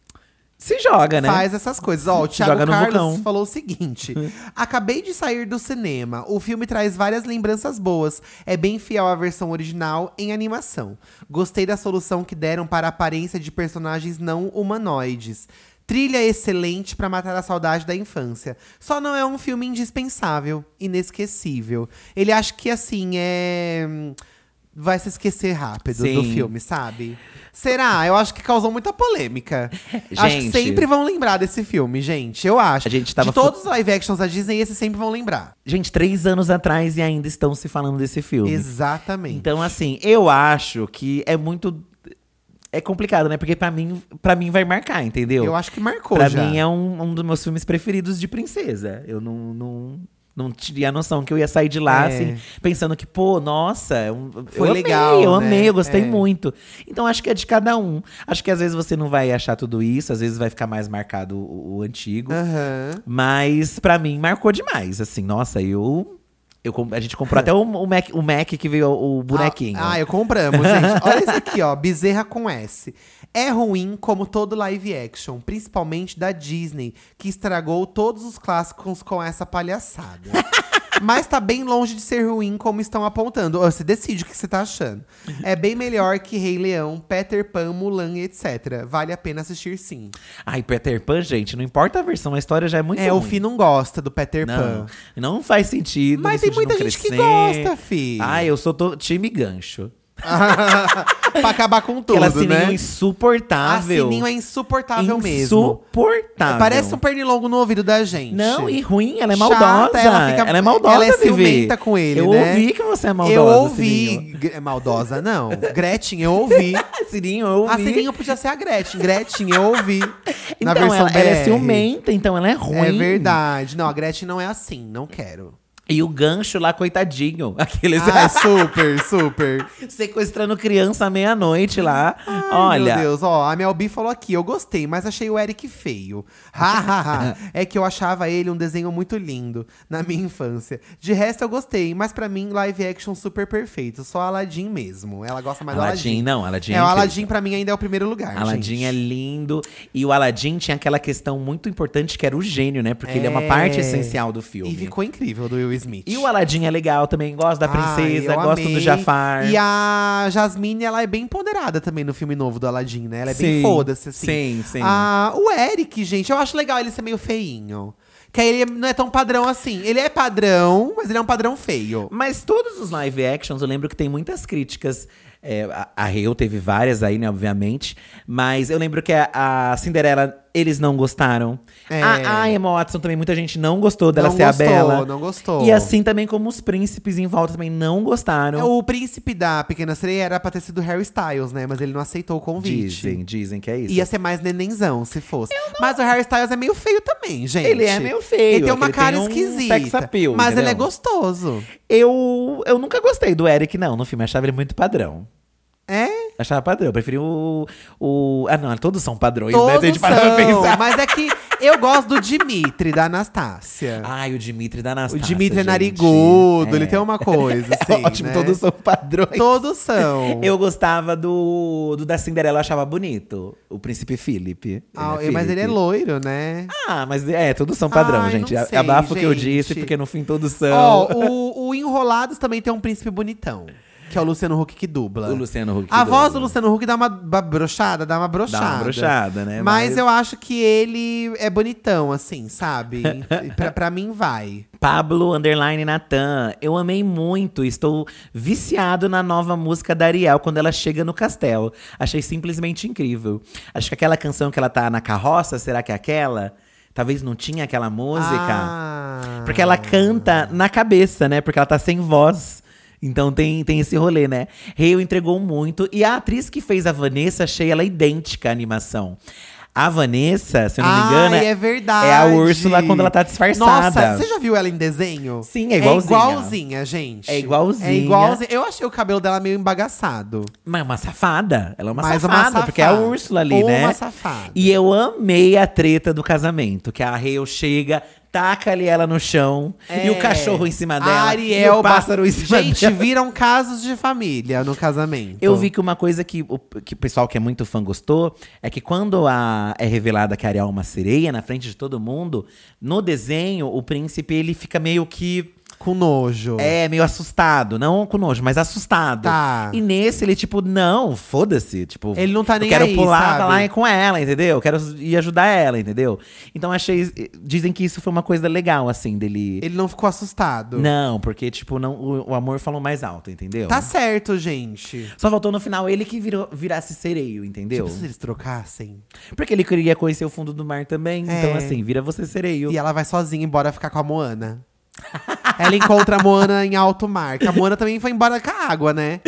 Speaker 2: se joga, né?
Speaker 1: Faz essas coisas. Ó, o
Speaker 2: Se
Speaker 1: Thiago
Speaker 2: joga no
Speaker 1: Carlos
Speaker 2: vulcão.
Speaker 1: falou o seguinte. Acabei de sair do cinema. O filme traz várias lembranças boas. É bem fiel à versão original em animação. Gostei da solução que deram para a aparência de personagens não humanoides. Trilha excelente pra matar a saudade da infância. Só não é um filme indispensável, inesquecível. Ele acha que, assim, é… vai se esquecer rápido do
Speaker 2: Sim.
Speaker 1: filme, sabe? Será? Eu acho que causou muita polêmica. Acho que
Speaker 2: Gente.
Speaker 1: sempre vão lembrar desse filme, gente. Eu acho.
Speaker 2: A gente tava
Speaker 1: De todos os live actions da Disney, esses sempre vão lembrar.
Speaker 2: Gente, três anos atrás e ainda estão se falando desse filme.
Speaker 1: Exatamente.
Speaker 2: Então, assim, eu acho que é muito… É complicado, né? Porque pra mim, pra mim vai marcar, entendeu?
Speaker 1: Eu acho que marcou
Speaker 2: Pra
Speaker 1: já.
Speaker 2: mim é um, um dos meus filmes preferidos de princesa. Eu não, não, não tinha noção que eu ia sair de lá,
Speaker 1: É.
Speaker 2: assim, pensando que, pô, nossa, é um-
Speaker 1: Foi
Speaker 2: eu
Speaker 1: legal,
Speaker 2: amei, eu
Speaker 1: né?
Speaker 2: amei, eu gostei
Speaker 1: É.
Speaker 2: muito. Então acho que é de cada um. Acho que às vezes você não vai achar tudo isso, às vezes vai ficar mais marcado o, o antigo.
Speaker 1: Aham.
Speaker 2: Mas pra mim marcou demais, assim, nossa, eu… eu com- a gente comprou até o, o, Mac, o Mac que veio o bonequinho.
Speaker 1: Ah, ah, eu compramos, gente. Olha esse aqui, ó. Bezerra com S. É ruim como todo live action, principalmente da Disney, que estragou todos os clássicos com essa palhaçada. Mas tá bem longe de ser ruim como estão apontando. Ó, você decide o que você tá achando. É bem melhor que Rei Leão, Peter Pan, Mulan e etcétera. Vale a pena assistir sim.
Speaker 2: Ai, Peter Pan, gente, não importa a versão, a história já é muito
Speaker 1: É,
Speaker 2: ruim.
Speaker 1: o Fih não gosta do Peter
Speaker 2: Não,
Speaker 1: Pan.
Speaker 2: não faz sentido.
Speaker 1: Mas
Speaker 2: isso
Speaker 1: tem
Speaker 2: de
Speaker 1: muita
Speaker 2: não
Speaker 1: gente que
Speaker 2: crescer.
Speaker 1: gosta, Fih.
Speaker 2: Ah, eu sou to- time gancho.
Speaker 1: Pra acabar com tudo,
Speaker 2: Aquela sininho
Speaker 1: né? A
Speaker 2: insuportável.
Speaker 1: sininho é insuportável mesmo.
Speaker 2: Insuportável.
Speaker 1: Parece um pernilongo no ouvido da gente.
Speaker 2: Não, e ruim, ela é
Speaker 1: Chata,
Speaker 2: maldosa.
Speaker 1: ela fica-
Speaker 2: ela é maldosa,
Speaker 1: ela é
Speaker 2: Vivi.
Speaker 1: ciumenta com ele,
Speaker 2: Eu
Speaker 1: né?
Speaker 2: ouvi que você é maldosa,
Speaker 1: Eu ouvi.
Speaker 2: Sininho.
Speaker 1: Gre- Maldosa, não. Gretchen, eu ouvi.
Speaker 2: Sininho, eu ouvi.
Speaker 1: A Sininho podia ser a Gretchen. Gretchen, eu ouvi. Na
Speaker 2: Então,
Speaker 1: versão
Speaker 2: ela, ela é
Speaker 1: B R.
Speaker 2: ciumenta, então ela é ruim.
Speaker 1: É verdade. Não, a Gretchen não é assim. Não quero.
Speaker 2: E o gancho lá, coitadinho. Aqueles
Speaker 1: Ah, super, super.
Speaker 2: sequestrando criança à meia-noite lá.
Speaker 1: Ai,
Speaker 2: Olha.
Speaker 1: meu Deus, ó, a Mel B falou aqui, eu gostei, mas achei o Eric feio. Ha, ha, ha. É que eu achava ele um desenho muito lindo na minha infância. De resto eu gostei, mas pra mim live action super perfeito, só Aladdin mesmo. Ela gosta mais
Speaker 2: Aladdin,
Speaker 1: do Aladdin.
Speaker 2: não, Aladdin é
Speaker 1: É, o
Speaker 2: incrível.
Speaker 1: Aladdin pra mim ainda é o primeiro lugar,
Speaker 2: Aladdin
Speaker 1: gente.
Speaker 2: é lindo. E o Aladdin tinha aquela questão muito importante que era o gênio, né? Porque ele é uma
Speaker 1: É.
Speaker 2: parte essencial do filme.
Speaker 1: E ficou incrível do Will Smith.
Speaker 2: E o Aladdin é legal também, gosto da princesa,
Speaker 1: Ai, eu
Speaker 2: gosto
Speaker 1: amei.
Speaker 2: do Jafar.
Speaker 1: E a Jasmine, ela é bem empoderada também no filme novo do Aladdin, né? Ela é
Speaker 2: Sim,
Speaker 1: bem foda-se, assim.
Speaker 2: sim, sim.
Speaker 1: Ah, o Eric, gente, eu acho legal ele ser meio feinho. Que aí ele não é tão padrão assim. Ele é padrão, mas ele é um padrão feio.
Speaker 2: Mas todos os live actions, eu lembro que tem muitas críticas. É, a, a Hale teve várias aí, né, obviamente. Mas eu lembro que a, a Cinderela, eles não gostaram.
Speaker 1: É.
Speaker 2: A, a Emma Watson também, muita gente não gostou dela
Speaker 1: Não
Speaker 2: ser
Speaker 1: gostou,
Speaker 2: a Bela.
Speaker 1: não gostou.
Speaker 2: E assim também como os príncipes em volta também não gostaram.
Speaker 1: O príncipe da Pequena Sereia era pra ter sido Harry Styles, né? Mas ele não aceitou o convite.
Speaker 2: Dizem, dizem que é isso.
Speaker 1: Ia ser mais nenenzão, se fosse. Mas o Harry Styles é meio feio também, gente.
Speaker 2: Ele é meio feio,
Speaker 1: Ele tem
Speaker 2: é
Speaker 1: uma
Speaker 2: que ele
Speaker 1: cara
Speaker 2: tem um
Speaker 1: esquisita.
Speaker 2: sex appeal,
Speaker 1: mas ele é
Speaker 2: entendeu?
Speaker 1: gostoso.
Speaker 2: Eu, eu nunca gostei do Eric, não, no filme. Eu achava ele muito padrão.
Speaker 1: É?
Speaker 2: Achava padrão. Eu preferi o, o. Ah, não, todos são padrões, né? Se a
Speaker 1: Todos
Speaker 2: gente parar pra
Speaker 1: são,
Speaker 2: pensar.
Speaker 1: mas é que eu gosto do Dimitri, da Anastácia.
Speaker 2: Ai, o Dimitri da
Speaker 1: o
Speaker 2: Anastácia.
Speaker 1: Dimitri é
Speaker 2: gente.
Speaker 1: narigudo,
Speaker 2: É.
Speaker 1: ele tem uma coisa,
Speaker 2: É
Speaker 1: assim,
Speaker 2: ótimo,
Speaker 1: né?
Speaker 2: todos são padrões.
Speaker 1: Todos são.
Speaker 2: Eu gostava do, do da Cinderela, eu achava bonito. O príncipe Philip. Ele
Speaker 1: Ah,
Speaker 2: é
Speaker 1: mas ele é
Speaker 2: Philip.
Speaker 1: loiro, né?
Speaker 2: Ah, mas é, todos são padrão,
Speaker 1: Ai,
Speaker 2: gente.
Speaker 1: não
Speaker 2: A-
Speaker 1: sei,
Speaker 2: Abafa o que eu
Speaker 1: gente.
Speaker 2: disse, porque no fim todos são.
Speaker 1: Ó, o, o Enrolados também tem um príncipe bonitão. Que é o Luciano Huck que dubla.
Speaker 2: O Luciano Huck que
Speaker 1: A voz do
Speaker 2: dubla.
Speaker 1: Luciano Huck dá uma, uma brochada, dá uma brochada.
Speaker 2: Dá uma brochada, né?
Speaker 1: Mas,
Speaker 2: Mas-
Speaker 1: eu acho que ele é bonitão, assim, sabe? E pra, pra mim, vai.
Speaker 2: Pablo Underline Natan, eu amei muito, estou viciado na nova música da Ariel quando ela chega no castelo. Achei simplesmente incrível. Acho que aquela canção que ela tá na carroça, será que é aquela? Talvez não tinha aquela música.
Speaker 1: Ah.
Speaker 2: Porque ela canta na cabeça, né? Porque ela tá sem voz. Então tem, tem esse rolê, né? Hale entregou muito. E a atriz que fez a Vanessa, achei ela idêntica à animação. A Vanessa, se eu não me engano,
Speaker 1: Ai, é verdade.
Speaker 2: é a Úrsula quando ela tá disfarçada.
Speaker 1: Nossa, você já viu ela em desenho?
Speaker 2: Sim, é igualzinha.
Speaker 1: É igualzinha, gente.
Speaker 2: É igualzinha.
Speaker 1: É igualzinha. Eu achei o cabelo dela meio embagaçado.
Speaker 2: Mas é uma safada. Ela é uma
Speaker 1: Mas uma
Speaker 2: safada, porque é a
Speaker 1: safada.
Speaker 2: Úrsula ali,
Speaker 1: Ou
Speaker 2: né?
Speaker 1: uma safada.
Speaker 2: E eu amei a treta do casamento. Que a Hale chega, taca ali ela no chão. E o cachorro em cima dela.
Speaker 1: A Ariel,
Speaker 2: e o pássaro em cima
Speaker 1: Gente,
Speaker 2: dela.
Speaker 1: viram casos de família no casamento.
Speaker 2: Eu vi que uma coisa que o, que o pessoal que é muito fã gostou é que quando a, é revelada que a Ariel é uma sereia na frente de todo mundo, no desenho, o príncipe ele fica meio que.
Speaker 1: Com nojo.
Speaker 2: É, meio assustado. Não com nojo, mas assustado.
Speaker 1: Tá.
Speaker 2: E nesse, ele, tipo, não, foda-se. Tipo,
Speaker 1: Ele não tá nem
Speaker 2: eu quero
Speaker 1: aí,
Speaker 2: pular
Speaker 1: sabe?
Speaker 2: pra lá e com ela, entendeu? Eu quero ir ajudar ela, entendeu? Então, achei. Dizem que isso foi uma coisa legal, assim, dele.
Speaker 1: Ele não ficou assustado.
Speaker 2: Não, porque, tipo, não, o, o amor falou mais alto, entendeu?
Speaker 1: Tá certo, gente.
Speaker 2: Só faltou no final ele que virou, virasse sereio, entendeu?
Speaker 1: Tipo, se eles trocassem.
Speaker 2: Porque ele queria conhecer o fundo do mar também.
Speaker 1: É.
Speaker 2: Então, assim, vira você sereio.
Speaker 1: E ela vai sozinha embora ficar com a Moana. Ela encontra a Moana em alto mar. Que a Moana também foi embora com a água, né?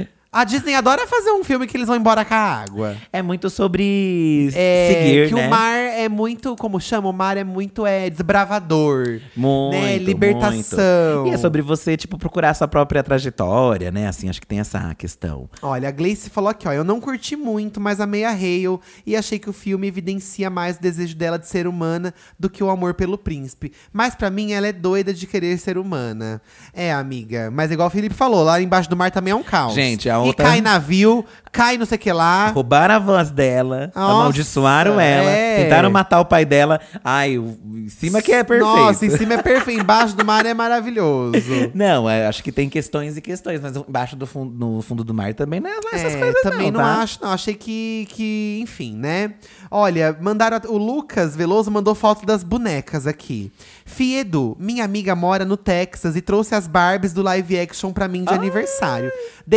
Speaker 1: A Disney adora fazer um filme que eles vão embora com a água.
Speaker 2: É muito sobre
Speaker 1: É,
Speaker 2: seguir,
Speaker 1: que
Speaker 2: né?
Speaker 1: o mar é muito, como chama? O mar é muito é, desbravador.
Speaker 2: Muito,
Speaker 1: né? Libertação.
Speaker 2: muito. E é sobre você, tipo, procurar a sua própria trajetória, né? Assim, acho que tem essa questão.
Speaker 1: Olha, a Gleice falou aqui, ó. Eu não curti muito, mas amei a Hale. E achei que o filme evidencia mais o desejo dela de ser humana do que o amor pelo príncipe. Mas pra mim, ela é doida de querer ser humana. É, amiga. Mas igual o Felipe falou, lá embaixo do mar também é um caos.
Speaker 2: Gente, a
Speaker 1: E
Speaker 2: outra-
Speaker 1: cai navio, cai não sei o que lá.
Speaker 2: Roubaram a voz dela,
Speaker 1: Nossa,
Speaker 2: amaldiçoaram ela,
Speaker 1: é.
Speaker 2: tentaram matar o pai dela. Ai, o- em cima que é perfeito.
Speaker 1: Nossa, em cima é perfeito. Embaixo do mar é maravilhoso.
Speaker 2: Não, é, acho que tem questões e questões, mas embaixo do fundo, no fundo do mar também não é lá essas
Speaker 1: É,
Speaker 2: coisas
Speaker 1: também não,
Speaker 2: tá?
Speaker 1: acho, não. Achei que, que, enfim, né? Olha, mandaram. a- O Lucas Veloso mandou foto das bonecas aqui. Fiedu, minha amiga mora no Texas e trouxe as Barbies do live action pra mim de aniversário. Desde pequena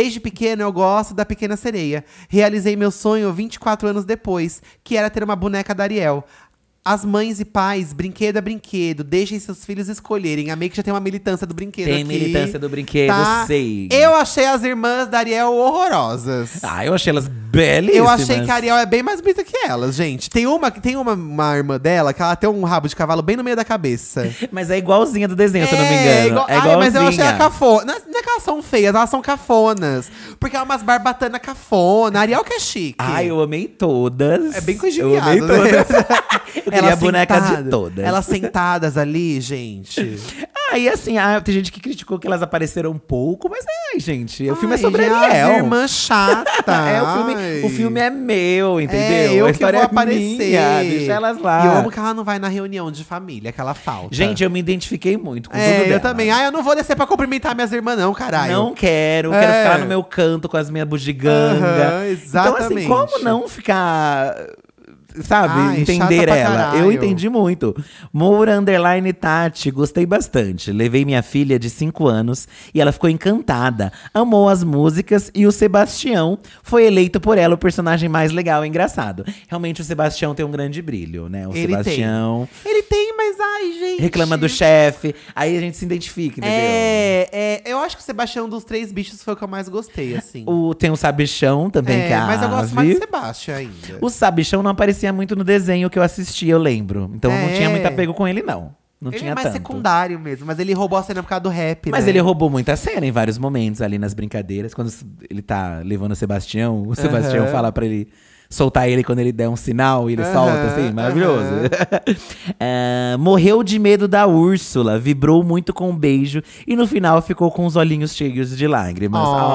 Speaker 1: pequeno, eu gosto da Pequena Sereia. Realizei meu sonho vinte e quatro anos depois, que era ter uma boneca da Ariel. As mães e pais, brinquedo é brinquedo. Deixem seus filhos escolherem. Amei que já tem uma militância do brinquedo
Speaker 2: Tem
Speaker 1: aqui.
Speaker 2: militância do brinquedo,
Speaker 1: tá?
Speaker 2: sei.
Speaker 1: Eu achei as irmãs da Ariel horrorosas.
Speaker 2: Ah, eu achei elas belíssimas.
Speaker 1: Eu achei que a Ariel é bem mais bonita que elas, gente. Tem uma, tem uma, uma irmã dela que ela tem um rabo de cavalo bem no meio da cabeça.
Speaker 2: Mas é igualzinha do desenho, se eu não me
Speaker 1: É,
Speaker 2: engano.
Speaker 1: igual-
Speaker 2: É
Speaker 1: Ai,
Speaker 2: igualzinha.
Speaker 1: mas eu achei ela cafona. Não é não é que elas são feias, elas são cafonas. Porque é umas barbatanas cafona. A Ariel que é chique.
Speaker 2: Ai, eu amei todas.
Speaker 1: É bem coisa de
Speaker 2: Eu
Speaker 1: viado,
Speaker 2: amei
Speaker 1: né?
Speaker 2: todas. Eu queria a boneca
Speaker 1: sentada-
Speaker 2: de todas.
Speaker 1: Elas sentadas ali, gente.
Speaker 2: Ah, e assim, ah, tem gente que criticou que elas apareceram um pouco, mas ai, gente, o filme é
Speaker 1: Ai,
Speaker 2: sobre
Speaker 1: já
Speaker 2: Ariel.
Speaker 1: As irmãs chata.
Speaker 2: É, o filme,
Speaker 1: Ai.
Speaker 2: o filme é meu, entendeu?
Speaker 1: É, eu
Speaker 2: a
Speaker 1: que
Speaker 2: história
Speaker 1: vou
Speaker 2: é
Speaker 1: aparecer.
Speaker 2: minha, deixa elas lá.
Speaker 1: E eu amo que ela não vai na reunião de família, que ela falta.
Speaker 2: Gente, eu me identifiquei muito com
Speaker 1: é,
Speaker 2: tudo dela.
Speaker 1: eu também. Ah, eu não vou descer pra cumprimentar minhas irmãs, não, caralho.
Speaker 2: Não quero,
Speaker 1: É.
Speaker 2: quero ficar lá no meu canto com as minhas bugiganga.
Speaker 1: Aham,
Speaker 2: Então, assim,
Speaker 1: exatamente.
Speaker 2: como não ficar. Sabe,
Speaker 1: Ai, chata
Speaker 2: entender
Speaker 1: pra
Speaker 2: ela.
Speaker 1: caralho.
Speaker 2: Eu entendi muito. Moura Underline Tati, gostei bastante. Levei minha filha de cinco anos e ela ficou encantada. Amou as músicas e o Sebastião foi eleito por ela o personagem mais legal e engraçado. Realmente o Sebastião tem um grande brilho, né? O
Speaker 1: Ele
Speaker 2: Sebastião
Speaker 1: tem. Ele tem, mas ai, gente.
Speaker 2: reclama do chefe. Aí a gente se identifica, entendeu?
Speaker 1: É, é, eu acho que o Sebastião dos Três Bichos foi o que eu mais gostei, assim.
Speaker 2: O, tem o Sabichão também,
Speaker 1: é,
Speaker 2: que é a
Speaker 1: mas eu gosto mais do
Speaker 2: Ave.
Speaker 1: Sebastião ainda.
Speaker 2: O Sabichão não aparecia muito no desenho que eu assisti, eu lembro. Então não
Speaker 1: É.
Speaker 2: tinha muito apego com ele, não. Não
Speaker 1: Ele
Speaker 2: tinha
Speaker 1: é mais
Speaker 2: tanto.
Speaker 1: secundário mesmo, mas ele roubou a cena por causa do rap,
Speaker 2: Mas
Speaker 1: né?
Speaker 2: ele roubou muita cena em vários momentos ali nas brincadeiras. Quando ele tá levando o Sebastião, o Sebastião
Speaker 1: Aham.
Speaker 2: fala pra ele soltar ele quando ele der um sinal e ele
Speaker 1: Aham,
Speaker 2: solta, assim, maravilhoso.
Speaker 1: aham.
Speaker 2: Ah, morreu de medo da Úrsula, vibrou muito com um beijo e no final ficou com os olhinhos cheios de lágrimas.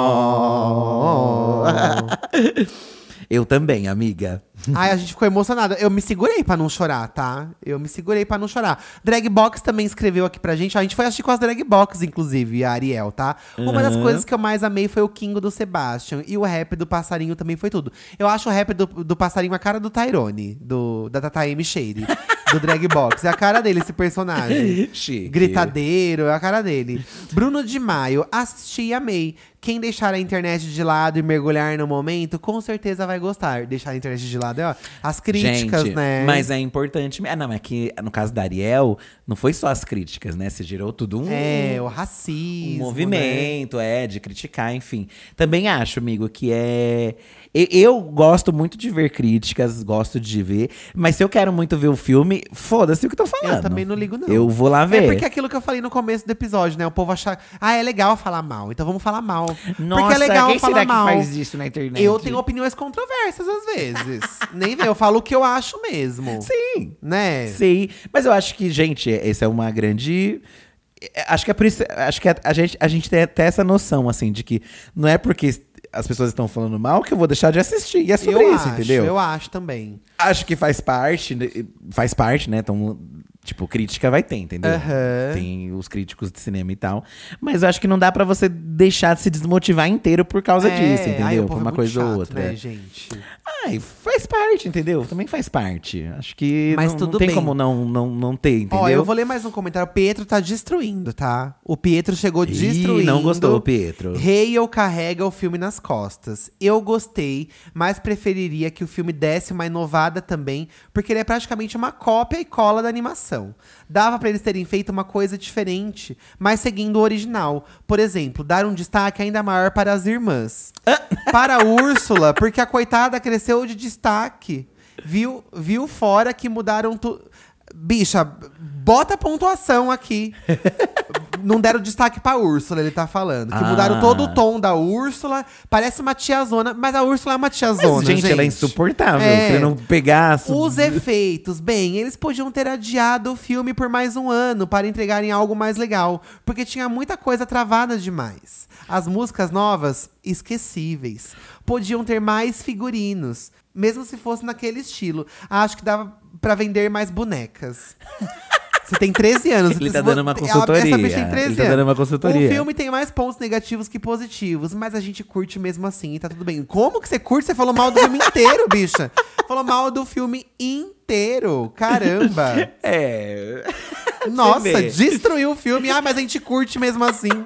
Speaker 1: Oh.
Speaker 2: Oh. Eu também, amiga.
Speaker 1: Ai, a gente ficou emocionada. Eu me segurei pra não chorar, tá? Eu me segurei pra não chorar. Dragbox também escreveu aqui pra gente. A gente foi assistir com as Dragbox, inclusive, a Ariel, tá? Uma das
Speaker 2: Aham.
Speaker 1: coisas que eu mais amei foi o Kingo do Sebastian. E o rap do Passarinho também foi tudo. Eu acho o rap do, do Passarinho a cara do Tyrone, do, da Tata M. Shade, do Dragbox. É a cara dele, esse personagem.
Speaker 2: Chique.
Speaker 1: Gritadeiro, é a cara dele. Bruno de Maio, assisti e amei. Quem deixar a internet de lado e mergulhar no momento, com certeza vai gostar. Deixar a internet de lado, é, ó, as críticas,
Speaker 2: Gente,
Speaker 1: né?
Speaker 2: mas é importante. Ah, não, é que no caso da Ariel, não foi só as críticas, né? Se gerou tudo um,
Speaker 1: É, o
Speaker 2: um
Speaker 1: racismo,
Speaker 2: movimento, é, de criticar, enfim. Também acho, amigo, que é. Eu, eu gosto muito de ver críticas, gosto de ver. Mas se eu quero muito ver o filme, foda-se o que eu tô
Speaker 1: né?
Speaker 2: falando.
Speaker 1: Eu também não ligo, não.
Speaker 2: Eu vou lá ver.
Speaker 1: É porque é aquilo que eu falei no começo do episódio, né? O povo achar, ah, é legal falar mal, então vamos falar mal.
Speaker 2: Nossa,
Speaker 1: porque é legal
Speaker 2: quem
Speaker 1: falar
Speaker 2: será
Speaker 1: mal.
Speaker 2: que faz isso na internet?
Speaker 1: Eu tenho opiniões controversas às vezes. Nem vê, eu falo o que eu acho mesmo.
Speaker 2: Sim.
Speaker 1: Né?
Speaker 2: Sim, mas eu acho que, gente, essa é uma grande. é, Acho que é por isso. Acho que a, a gente, a gente tem até essa noção, assim, de que não é porque as pessoas estão falando mal que eu vou deixar de assistir. E é sobre
Speaker 1: eu
Speaker 2: isso,
Speaker 1: acho,
Speaker 2: entendeu?
Speaker 1: Eu acho também.
Speaker 2: Acho que faz parte, né, faz parte, né? Então, tipo, crítica vai ter, entendeu?
Speaker 1: Aham.
Speaker 2: Tem os críticos de cinema e tal. Mas eu acho que não dá pra você deixar de se desmotivar inteiro por causa disso,
Speaker 1: ai,
Speaker 2: entendeu?
Speaker 1: o
Speaker 2: Por
Speaker 1: povo é
Speaker 2: uma
Speaker 1: muito
Speaker 2: coisa ou
Speaker 1: chato,
Speaker 2: outra.
Speaker 1: né, gente?
Speaker 2: Ai, faz parte, entendeu? Também faz parte. Acho que
Speaker 1: Mas
Speaker 2: não,
Speaker 1: tudo
Speaker 2: não tem
Speaker 1: bem.
Speaker 2: como não, não, não ter, entendeu?
Speaker 1: Ó, eu vou ler mais um comentário. O Pietro tá destruindo, tá? O Pietro chegou
Speaker 2: Ih,
Speaker 1: destruindo.
Speaker 2: não gostou, Pietro.
Speaker 1: Hale carrega o filme nas costas. Eu gostei, mas preferiria que o filme desse uma inovada também, porque ele é praticamente uma cópia e cola da animação. Dava pra eles terem feito uma coisa diferente, mas seguindo o original. Por exemplo, dar um destaque ainda maior para as irmãs. Para a Úrsula, porque a coitada cresceu de destaque. Viu, viu fora que mudaram tudo. Bicha, bota pontuação aqui. Não deram destaque pra Úrsula, ele tá falando. Que
Speaker 2: Ah.
Speaker 1: mudaram todo o tom da Úrsula. Parece uma tiazona, mas a Úrsula é uma tiazona,
Speaker 2: Mas, gente,
Speaker 1: gente.
Speaker 2: ela é insuportável.
Speaker 1: É.
Speaker 2: Querendo pegar. su-
Speaker 1: Os efeitos, bem, eles podiam ter adiado o filme por mais um ano para entregarem algo mais legal, porque tinha muita coisa travada demais. As músicas novas, esquecíveis. Podiam ter mais figurinos, mesmo se fosse naquele estilo. Acho que dava pra vender mais bonecas. Você tem treze anos.
Speaker 2: Ele
Speaker 1: se
Speaker 2: tá
Speaker 1: vo-
Speaker 2: dando uma
Speaker 1: Essa
Speaker 2: consultoria.
Speaker 1: bicha tem treze
Speaker 2: Ele tá
Speaker 1: anos.
Speaker 2: dando uma consultoria.
Speaker 1: O filme tem mais pontos negativos que positivos, mas a gente curte mesmo assim e tá tudo bem. Como que você curte? Você falou mal do filme inteiro, bicha. Falou mal do filme inteiro. Caramba.
Speaker 2: É.
Speaker 1: Nossa,
Speaker 2: vê.
Speaker 1: destruiu o filme. Ah, mas a gente curte mesmo assim.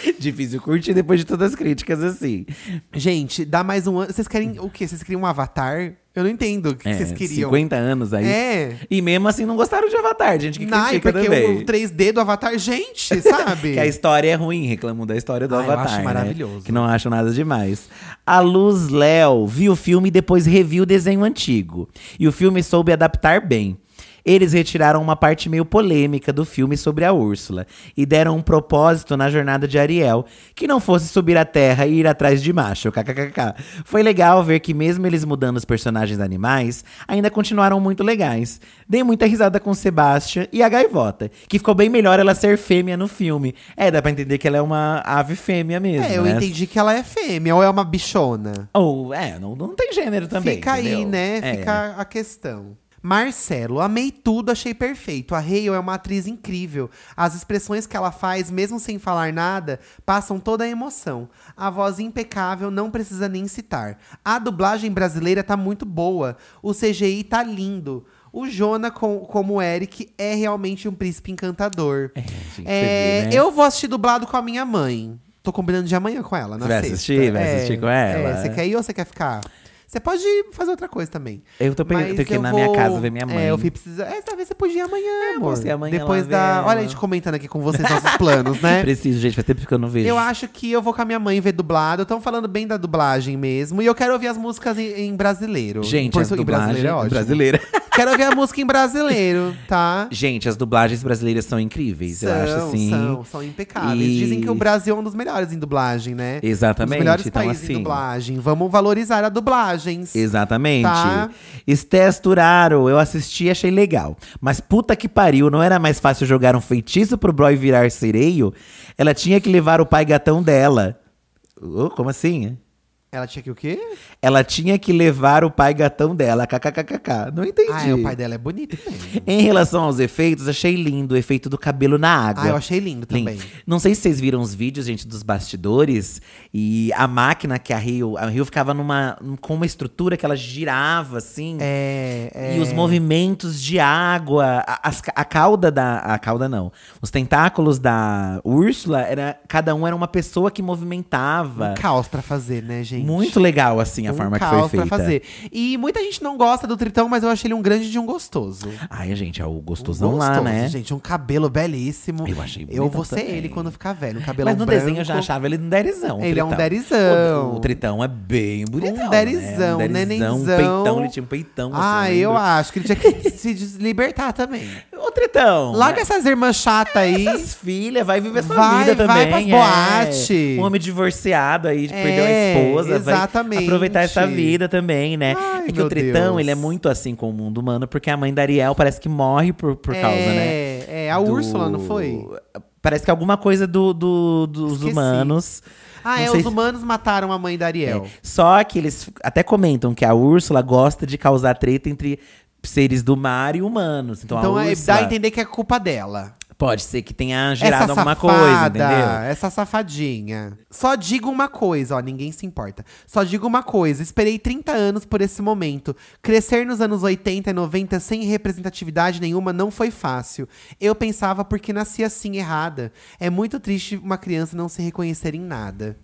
Speaker 2: Difícil curtir depois de todas as críticas, assim.
Speaker 1: Gente, dá mais um ano. Vocês querem o quê? Vocês queriam um Avatar? Eu não entendo o que
Speaker 2: É,
Speaker 1: vocês queriam.
Speaker 2: cinquenta anos aí.
Speaker 1: É.
Speaker 2: E mesmo assim não gostaram de Avatar, gente que
Speaker 1: Não,
Speaker 2: critica
Speaker 1: porque
Speaker 2: também.
Speaker 1: o três D do Avatar, gente, sabe?
Speaker 2: Que a história é ruim, reclamam da história do
Speaker 1: Ah, eu
Speaker 2: Avatar,
Speaker 1: acho
Speaker 2: né?
Speaker 1: maravilhoso.
Speaker 2: Que não acham nada demais. A Luz Léo viu o filme e depois reviu o desenho antigo. E o filme soube adaptar bem. Eles retiraram uma parte meio polêmica do filme sobre a Úrsula e deram um propósito na jornada de Ariel, que não fosse subir a terra e ir atrás de macho, kkkk. Foi legal ver que mesmo eles mudando os personagens animais, ainda continuaram muito legais. Dei muita risada com Sebastian e a Gaivota, que ficou bem melhor ela ser fêmea no filme. É, dá pra entender que ela é uma ave fêmea mesmo,
Speaker 1: É, eu
Speaker 2: né?
Speaker 1: entendi que ela é fêmea ou é uma bichona.
Speaker 2: Ou, é, não, não tem gênero também,
Speaker 1: Fica aí,
Speaker 2: entendeu?
Speaker 1: né?
Speaker 2: É.
Speaker 1: Fica a questão. Marcelo, amei tudo, achei perfeito. A Hale é uma atriz incrível. As expressões que ela faz, mesmo sem falar nada, passam toda a emoção. A voz impecável, não precisa nem citar. A dublagem brasileira tá muito boa. O C G I tá lindo. O Jonah, com, como Eric, é realmente um príncipe encantador.
Speaker 2: É, gente,
Speaker 1: É,
Speaker 2: você vê, né?
Speaker 1: Eu vou assistir dublado com a minha mãe. Tô combinando de amanhã com ela, na
Speaker 2: Vai
Speaker 1: sexta.
Speaker 2: assistir? Vai
Speaker 1: É,
Speaker 2: assistir com ela?
Speaker 1: É, você quer ir ou você quer ficar? Você pode fazer outra coisa também.
Speaker 2: Eu tô pensando,
Speaker 1: Mas
Speaker 2: tenho que ir
Speaker 1: eu
Speaker 2: na
Speaker 1: vou-
Speaker 2: minha casa ver minha mãe.
Speaker 1: É, o Fih precisa. É, talvez você podia ir amanhã, amor.
Speaker 2: posso ir amanhã
Speaker 1: Depois
Speaker 2: lá
Speaker 1: da.
Speaker 2: ver
Speaker 1: Olha,
Speaker 2: ela.
Speaker 1: a gente comentando aqui com vocês nossos planos, né?
Speaker 2: Preciso, gente, faz tempo que eu não vejo.
Speaker 1: Eu acho que eu vou com a minha mãe ver dublado. Estão falando bem da dublagem mesmo. E eu quero ouvir as músicas em, em brasileiro.
Speaker 2: Gente,
Speaker 1: Por
Speaker 2: as
Speaker 1: isso, em
Speaker 2: dublagens
Speaker 1: brasileiro é ótimo.
Speaker 2: brasileira.
Speaker 1: Quero ouvir a música em brasileiro, tá?
Speaker 2: Gente, as dublagens brasileiras são incríveis,
Speaker 1: São,
Speaker 2: eu acho assim.
Speaker 1: são, são impecáveis.
Speaker 2: E-
Speaker 1: Dizem que o Brasil é um dos melhores em dublagem, né?
Speaker 2: Exatamente,
Speaker 1: Um dos melhores
Speaker 2: então,
Speaker 1: países
Speaker 2: assim-
Speaker 1: em dublagem. Vamos valorizar a dublagens.
Speaker 2: Exatamente.
Speaker 1: Tá.
Speaker 2: Estés Turaro, eu assisti e achei legal. Mas puta que pariu, não era mais fácil jogar um feitiço pro Broy virar sereio? Ela tinha que levar o pai gatão dela. Oh, como assim?
Speaker 1: Ela tinha que o quê?
Speaker 2: Ela tinha que levar o pai gatão dela. Kkkk. Não entendi.
Speaker 1: Ah, é, o pai dela é bonito mesmo.
Speaker 2: Em relação aos efeitos, achei lindo o efeito do cabelo na água.
Speaker 1: Ah, eu achei lindo também.
Speaker 2: Lindo. Não sei se vocês viram os vídeos, gente, dos bastidores. E a máquina que a Rio… A Rio ficava numa, com uma estrutura que ela girava, assim.
Speaker 1: É, é.
Speaker 2: E os movimentos de água. A, as- a cauda da… A cauda não. Os tentáculos da Úrsula, era, cada um era uma pessoa que movimentava.
Speaker 1: Um caos pra fazer, né, gente?
Speaker 2: Muito legal, assim, a
Speaker 1: um
Speaker 2: forma que
Speaker 1: caos
Speaker 2: foi feita.
Speaker 1: pra fazer. E muita gente não gosta do Tritão, mas eu achei ele um grande de um gostoso.
Speaker 2: Ai, gente, é o
Speaker 1: Um
Speaker 2: gostosão lá,
Speaker 1: gostoso,
Speaker 2: né?
Speaker 1: gente, um cabelo belíssimo.
Speaker 2: Eu achei
Speaker 1: Eu
Speaker 2: bonitão
Speaker 1: vou ser
Speaker 2: também.
Speaker 1: ele quando ficar velho, um cabelo
Speaker 2: Mas no
Speaker 1: branco.
Speaker 2: desenho eu já achava ele um derizão. o
Speaker 1: Ele é um
Speaker 2: Tritão.
Speaker 1: derizão.
Speaker 2: O, o Tritão é bem bonitão.
Speaker 1: Um derizão,
Speaker 2: né? Um
Speaker 1: nenenzão.
Speaker 2: Um peitão, ele tinha um peitão.
Speaker 1: Ah,
Speaker 2: assim,
Speaker 1: eu
Speaker 2: lembro.
Speaker 1: acho que ele tinha que se deslibertar também.
Speaker 2: Ô, Tritão.
Speaker 1: Larga
Speaker 2: né?
Speaker 1: essas irmãs chatas aí.
Speaker 2: Essas filhas, vai viver sua
Speaker 1: Vai,
Speaker 2: vida
Speaker 1: vai
Speaker 2: também.
Speaker 1: pras
Speaker 2: é.
Speaker 1: boate.
Speaker 2: Um homem divorciado aí, de
Speaker 1: É,
Speaker 2: perdeu a esposa.
Speaker 1: exatamente.
Speaker 2: Vai aproveitar essa vida também, né?
Speaker 1: Ai,
Speaker 2: é que
Speaker 1: meu
Speaker 2: o Tritão,
Speaker 1: Deus.
Speaker 2: ele é muito assim com o mundo humano, porque a mãe da Ariel parece que morre por, por causa, né?
Speaker 1: É, é, a
Speaker 2: do-
Speaker 1: Úrsula, não foi?
Speaker 2: Parece que alguma coisa do, do- dos
Speaker 1: Esqueci.
Speaker 2: humanos.
Speaker 1: Ah,
Speaker 2: Não
Speaker 1: é,
Speaker 2: sei
Speaker 1: os
Speaker 2: se-
Speaker 1: humanos mataram a mãe da Ariel.
Speaker 2: É. Só que eles até comentam que a Úrsula gosta de causar treta entre seres do mar e humanos. Então,
Speaker 1: Então
Speaker 2: a
Speaker 1: é,
Speaker 2: Úrsula
Speaker 1: dá a entender que é culpa dela.
Speaker 2: pode ser que tenha gerado
Speaker 1: Essa
Speaker 2: alguma
Speaker 1: safada,
Speaker 2: coisa, entendeu?
Speaker 1: essa safadinha. Só digo uma coisa, ó, ninguém se importa. Só digo uma coisa, esperei trinta anos por esse momento. Crescer nos anos oitenta e noventa sem representatividade nenhuma não foi fácil. Eu pensava porque nasci assim, errada. É muito triste uma criança não se reconhecer em nada.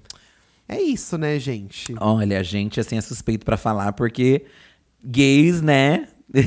Speaker 1: É isso, né, gente?
Speaker 2: Olha, a gente assim é suspeito pra falar porque gays, né?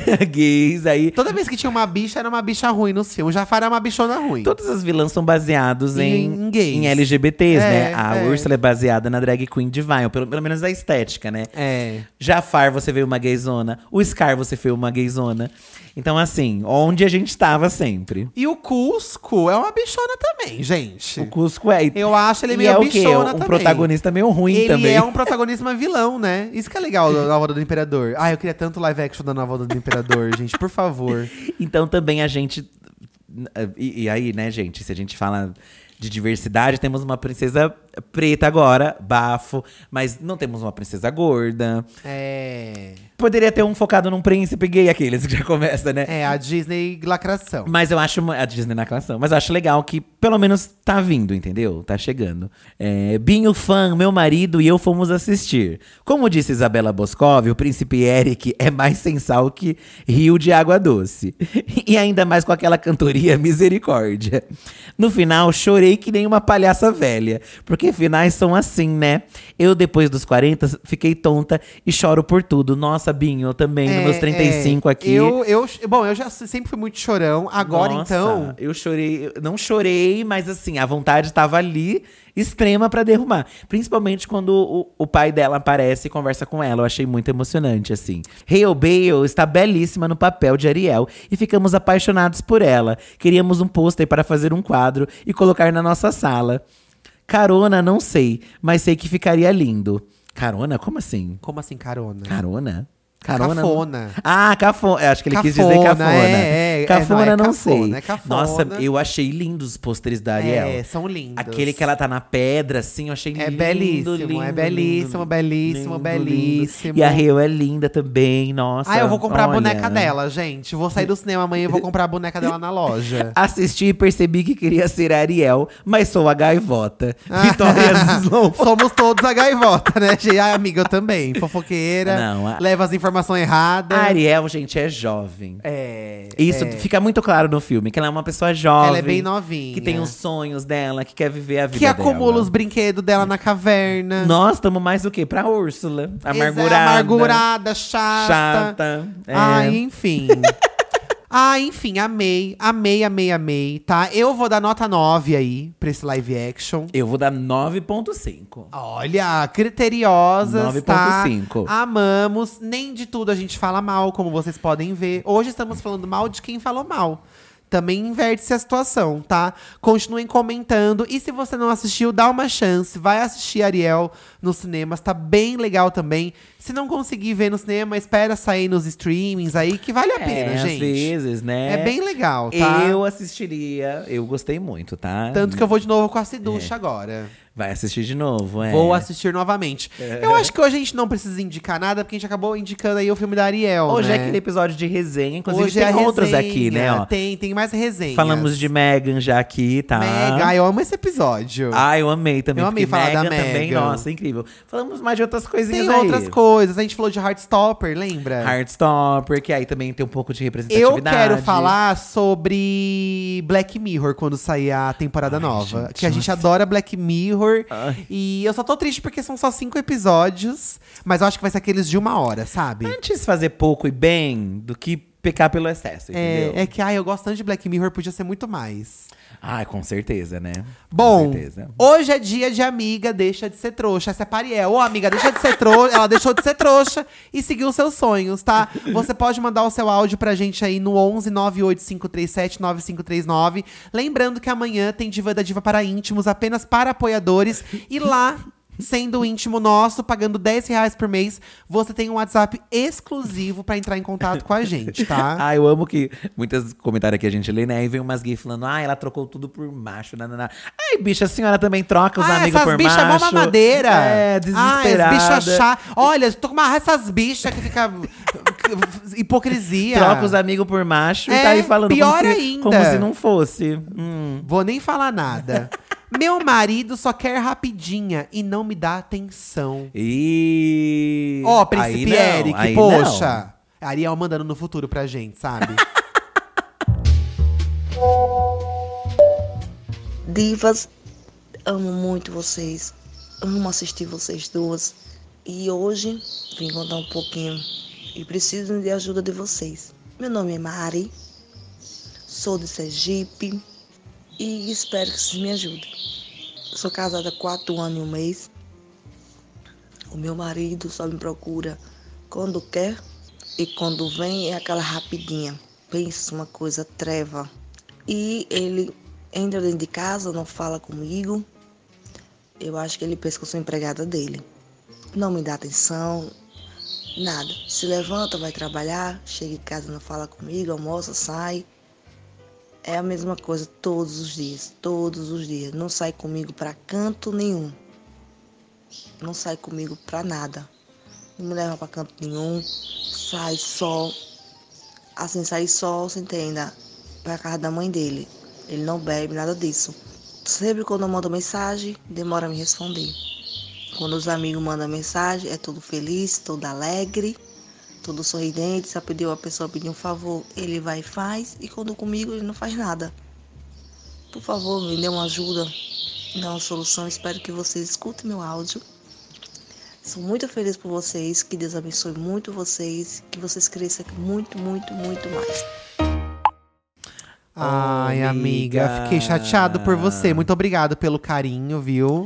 Speaker 2: gays aí.
Speaker 1: Toda vez que tinha uma bicha, era uma bicha ruim nos filmes. Jafar é uma bichona ruim.
Speaker 2: Todas as vilãs são baseados em,
Speaker 1: Em- em gays.
Speaker 2: em L G B Ts,
Speaker 1: É,
Speaker 2: né? A
Speaker 1: é.
Speaker 2: Úrsula é baseada na drag queen Divine, pelo, pelo menos a estética, né?
Speaker 1: É.
Speaker 2: Jafar, você veio uma gayzona. O Scar, você veio uma gayzona. Então, assim, onde a gente tava sempre.
Speaker 1: E o Cusco é uma bichona também, gente.
Speaker 2: O Cusco é.
Speaker 1: Eu acho ele
Speaker 2: e
Speaker 1: meio
Speaker 2: é o quê?
Speaker 1: bichona
Speaker 2: Um
Speaker 1: também.
Speaker 2: protagonista meio ruim
Speaker 1: Ele
Speaker 2: também.
Speaker 1: é um protagonista vilão, né? Isso que é legal da Nova Onda do Imperador. Ah, eu queria tanto live action da Nova Onda do Imperador, gente. Por favor.
Speaker 2: Então também a gente. E, e aí, né, gente, se a gente fala de diversidade, temos uma princesa preta agora, bafo, mas não temos uma princesa gorda.
Speaker 1: É.
Speaker 2: Poderia ter um focado num príncipe gay, aqueles que já começa, né?
Speaker 1: É, a Disney lacração.
Speaker 2: Mas eu acho. uma- A Disney na classe, mas eu acho legal que pelo menos tá vindo, entendeu? Tá chegando. É, Binho fã, meu marido e eu fomos assistir. Como disse Isabela Boscov, o príncipe Eric é mais sem sal que rio de água doce. E ainda mais com aquela cantoria misericórdia. No final, chorei que nem uma palhaça velha. Porque finais são assim, né? Eu, depois dos quarenta, fiquei tonta e choro por tudo. Nossa, Binho, eu também,
Speaker 1: É,
Speaker 2: nos meus trinta e cinco
Speaker 1: é,
Speaker 2: aqui.
Speaker 1: Eu, eu, bom, eu já sempre fui muito chorão. Agora,
Speaker 2: Nossa,
Speaker 1: então…
Speaker 2: eu chorei, eu não chorei, mas assim, a vontade tava ali, extrema pra derrumar. Principalmente quando o, o pai dela aparece e conversa com ela. Eu achei muito emocionante, assim. Hale Bale está belíssima no papel de Ariel e ficamos apaixonados por ela. Queríamos um pôster para fazer um quadro e colocar na nossa sala. Carona, não sei, mas sei que ficaria lindo. Carona? Como assim?
Speaker 1: Como assim, carona?
Speaker 2: Carona? Carona.
Speaker 1: Cafona.
Speaker 2: Ah, cafona. Acho que ele quis dizer
Speaker 1: Cafona,
Speaker 2: cafona.
Speaker 1: é, é,
Speaker 2: cafona,
Speaker 1: é, não, é
Speaker 2: não
Speaker 1: cafona,
Speaker 2: sei.
Speaker 1: é cafona.
Speaker 2: Nossa, eu achei lindos os pôsteres da Ariel.
Speaker 1: É, são lindos.
Speaker 2: Aquele que ela tá na pedra, assim, eu achei
Speaker 1: É
Speaker 2: lindo,
Speaker 1: belíssimo,
Speaker 2: lindo,
Speaker 1: é belíssimo,
Speaker 2: lindo,
Speaker 1: belíssimo,
Speaker 2: lindo,
Speaker 1: belíssimo.
Speaker 2: lindo. E a Rio é linda também, nossa.
Speaker 1: Ah, eu vou comprar
Speaker 2: olha.
Speaker 1: a boneca dela, gente. Vou sair do cinema amanhã e vou comprar a boneca dela na loja.
Speaker 2: Assisti e percebi que queria ser a Ariel, mas sou a gaivota. Vitória Slow.
Speaker 1: Somos todos a gaivota, né, gente? Ai, amiga, eu também. Fofoqueira,
Speaker 2: Não, a-
Speaker 1: leva as informações erradas.
Speaker 2: A Ariel, gente, é jovem.
Speaker 1: É.
Speaker 2: Isso
Speaker 1: é.
Speaker 2: fica muito claro no filme, que ela é uma pessoa jovem.
Speaker 1: Ela é bem novinha.
Speaker 2: Que tem os sonhos dela, que quer viver a vida
Speaker 1: Que acumula
Speaker 2: dela.
Speaker 1: os brinquedos dela na caverna.
Speaker 2: Nós estamos mais do que? Pra Úrsula.
Speaker 1: Exa-
Speaker 2: Amargurada.
Speaker 1: Amargurada, chata.
Speaker 2: Chata. É.
Speaker 1: Ai, enfim. Ah, enfim, amei, amei, amei, amei, tá? Eu vou dar nota nove aí pra esse live action.
Speaker 2: Eu vou dar nove ponto cinco.
Speaker 1: Olha, criteriosas,
Speaker 2: nove
Speaker 1: tá?
Speaker 2: ponto cinco.
Speaker 1: Amamos. Nem de tudo a gente fala mal, como vocês podem ver. Hoje estamos falando mal de quem falou mal. Também inverte-se a situação, tá? Continuem comentando. E se você não assistiu, dá uma chance. Vai assistir Ariel nos cinemas. Tá bem legal também. Se não conseguir ver no cinema, espera sair nos streamings aí, que vale a pena,
Speaker 2: é,
Speaker 1: gente.
Speaker 2: Às vezes, né?
Speaker 1: É bem legal, tá?
Speaker 2: Eu assistiria. Eu gostei muito, tá?
Speaker 1: Tanto que eu vou de novo com a Ciducha agora.
Speaker 2: Vai assistir de novo, é.
Speaker 1: Vou assistir novamente. Eu acho que hoje a gente não precisa indicar nada, porque a gente acabou indicando aí o filme da Ariel,
Speaker 2: Hoje
Speaker 1: né?
Speaker 2: é aquele episódio de resenha. Inclusive,
Speaker 1: Hoje
Speaker 2: tem
Speaker 1: é
Speaker 2: outros
Speaker 1: resenha.
Speaker 2: aqui, né? Ó.
Speaker 1: Tem, tem mais resenhas.
Speaker 2: Falamos de Megan já aqui, tá?
Speaker 1: Mega. Ai, eu amo esse episódio.
Speaker 2: Ah, eu amei também.
Speaker 1: Eu amei
Speaker 2: porque
Speaker 1: falar da
Speaker 2: Megan também,
Speaker 1: Megan.
Speaker 2: nossa, incrível. Falamos mais de outras coisinhas
Speaker 1: Tem
Speaker 2: aí.
Speaker 1: outras coisas. A gente falou de Heartstopper, lembra?
Speaker 2: Heartstopper, que aí também tem um pouco de
Speaker 1: Eu
Speaker 2: representatividade.
Speaker 1: quero falar sobre Black Mirror quando sair a temporada
Speaker 2: Ai,
Speaker 1: nova.
Speaker 2: gente,
Speaker 1: que a gente adora Black Mirror.
Speaker 2: Ai.
Speaker 1: E eu só tô triste porque são só cinco episódios. Mas eu acho que vai ser aqueles de uma hora, sabe?
Speaker 2: Antes fazer pouco e bem do que pecar pelo excesso, entendeu?
Speaker 1: É, é que, ai, eu gosto tanto de Black Mirror, podia ser muito mais.
Speaker 2: Ai, com certeza, né?
Speaker 1: Bom,
Speaker 2: Com certeza.
Speaker 1: hoje é dia de amiga deixa de ser trouxa. Essa é a Pariel. Ô, amiga, deixa de ser trouxa. Ela deixou de ser trouxa e seguiu seus sonhos, tá? Você pode mandar o seu áudio pra gente aí no onze nove oito cinco três sete nove cinco três nove. Lembrando que amanhã tem Diva da Diva para íntimos, apenas para apoiadores. E lá… Sendo íntimo nosso, pagando dez reais por mês, você tem um WhatsApp exclusivo pra entrar em contato com a gente, tá?
Speaker 2: Ah, eu amo que muitos comentários que a gente lê, né? Aí vem umas gays falando, ah, ela trocou tudo por macho, nananá. Ai, bicha, a senhora também troca os
Speaker 1: Ah,
Speaker 2: amigos
Speaker 1: essas
Speaker 2: por
Speaker 1: bichas
Speaker 2: macho.
Speaker 1: é mó mamadeira.
Speaker 2: É,
Speaker 1: Ah,
Speaker 2: desesperada.
Speaker 1: as bichas chá. Olha, tô com uma essas bichas que fica hipocrisia.
Speaker 2: Troca os amigos por macho e
Speaker 1: É,
Speaker 2: tá aí falando
Speaker 1: pior
Speaker 2: como, se,
Speaker 1: ainda.
Speaker 2: como se não fosse. Hum.
Speaker 1: Vou nem falar nada. Meu marido só quer rapidinha e não me dá atenção.
Speaker 2: E…
Speaker 1: Ó,
Speaker 2: Aí
Speaker 1: Príncipe
Speaker 2: não,
Speaker 1: Eric,
Speaker 2: aí
Speaker 1: poxa. Ariel mandando no futuro pra gente, sabe?
Speaker 3: Divas, amo muito vocês. Amo assistir vocês duas. E hoje vim contar um pouquinho e preciso de ajuda de vocês. Meu nome é Mari, sou de Sergipe e espero que vocês me ajudem. Sou casada há quatro anos e um mês. O meu marido só me procura quando quer e quando vem é aquela rapidinha. Pensa uma coisa treva. E ele entra dentro de casa, não fala comigo. Eu acho que ele pensa que eu sou empregada dele. Não me dá atenção, nada. Se levanta, vai trabalhar, chega em casa, não fala comigo, almoça, sai. É a mesma coisa todos os dias, todos os dias. Não sai comigo pra canto nenhum. Não sai comigo pra nada. Não me leva pra canto nenhum. Sai só, assim, sai só, você entenda, pra casa da mãe dele. ele não bebe, nada disso. Sempre quando eu mando mensagem, demora a me responder. Quando os amigos mandam mensagem, é tudo feliz, todo alegre, todo sorridente. Se a pedir a pessoa pedir um favor, ele vai e faz. E quando comigo, ele não faz nada. Por favor, me dê uma ajuda, me dê uma solução. Espero que vocês escutem meu áudio. Sou muito feliz por vocês, que Deus abençoe muito vocês, que vocês cresçam muito, muito, muito mais.
Speaker 1: Ai,
Speaker 2: Oh,
Speaker 1: amiga,
Speaker 2: amiga.
Speaker 1: fiquei chateado por você. Muito obrigado pelo carinho, viu?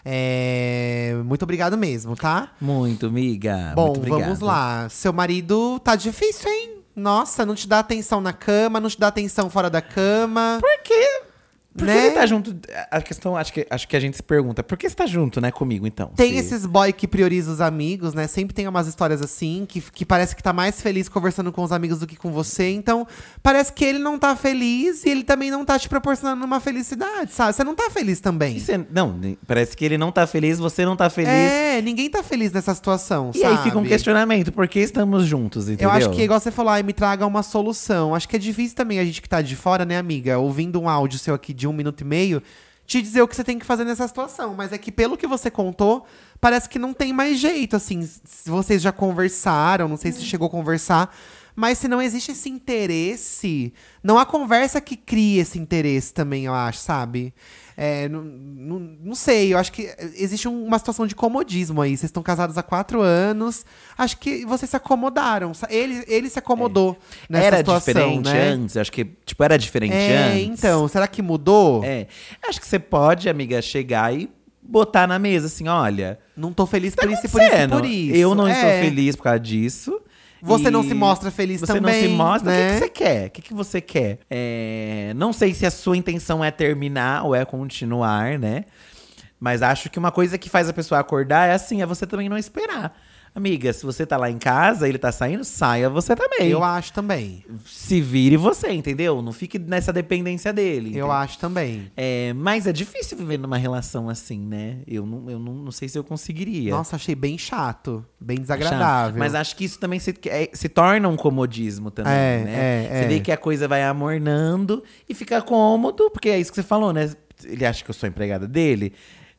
Speaker 1: É, muito obrigado mesmo, tá?
Speaker 2: Muito, amiga.
Speaker 1: Bom,
Speaker 2: Muito obrigado.
Speaker 1: vamos lá. Seu marido tá difícil, hein? Nossa, não te dá atenção na cama, não te dá atenção fora da cama.
Speaker 2: Por quê? Por que
Speaker 1: Né?
Speaker 2: ele tá junto? A questão, acho que, acho que a gente se pergunta, por que você tá junto, né, comigo, então?
Speaker 1: Tem
Speaker 2: Se-
Speaker 1: esses boy que prioriza os amigos, né? Sempre tem umas histórias assim, que, que parece que tá mais feliz conversando com os amigos do que com você. Então, parece que ele não tá feliz e ele também não tá te proporcionando uma felicidade, sabe? Você não tá feliz também.
Speaker 2: E você- não, parece que ele não tá feliz, você não tá feliz.
Speaker 1: É, ninguém tá feliz nessa situação,
Speaker 2: E
Speaker 1: sabe?
Speaker 2: aí fica um questionamento, por que estamos juntos, entendeu?
Speaker 1: Eu acho que, igual você falou, ai, me traga uma solução. Acho que é difícil também a gente que tá de fora, né, amiga? Ouvindo um áudio seu aqui de um minuto e meio, te dizer o que você tem que fazer nessa situação. Mas é que, pelo que você contou, parece que não tem mais jeito, assim. Se vocês já conversaram, não sei se chegou a conversar. Mas se não existe esse interesse, não há conversa que cria esse interesse também, eu acho, sabe? É, não, não, não sei, eu acho que existe um- uma situação de comodismo aí. Vocês estão casados há quatro anos. Acho que vocês se acomodaram. sa- Ele, ele se acomodou nessa
Speaker 2: Era
Speaker 1: situação,
Speaker 2: diferente
Speaker 1: né?
Speaker 2: antes, acho que, tipo, era diferente
Speaker 1: É,
Speaker 2: antes.
Speaker 1: então, será que mudou?
Speaker 2: É, acho que você pode, amiga, chegar e botar na mesa, assim, olha…
Speaker 1: Não tô feliz por
Speaker 2: tá
Speaker 1: isso, e por isso, e
Speaker 2: acontecendo.
Speaker 1: por isso.
Speaker 2: Eu não estou
Speaker 1: É.
Speaker 2: feliz por causa disso.
Speaker 1: Você
Speaker 2: E
Speaker 1: não se mostra feliz
Speaker 2: você
Speaker 1: também,
Speaker 2: não se mostra. O
Speaker 1: né?
Speaker 2: que, que você quer? O que, que você quer? É, não sei se a sua intenção é terminar ou é continuar, né? Mas acho que uma coisa que faz a pessoa acordar é assim, é você também não esperar. Amiga, se você tá lá em casa, ele tá saindo, saia você também.
Speaker 1: Eu acho também.
Speaker 2: Se vire você, entendeu? Não fique nessa dependência dele.
Speaker 1: Eu
Speaker 2: entendeu?
Speaker 1: acho também.
Speaker 2: É, mas é difícil viver numa relação assim, né? Eu não, eu não, não sei se eu conseguiria.
Speaker 1: Nossa, achei bem chato. Bem
Speaker 2: Chato.
Speaker 1: desagradável.
Speaker 2: Mas acho que isso também se, é- se torna um comodismo também,
Speaker 1: É,
Speaker 2: né?
Speaker 1: é,
Speaker 2: Você
Speaker 1: é.
Speaker 2: vê que a coisa vai amornando e fica cômodo, porque é isso que você falou, né? Ele acha que eu sou empregada dele.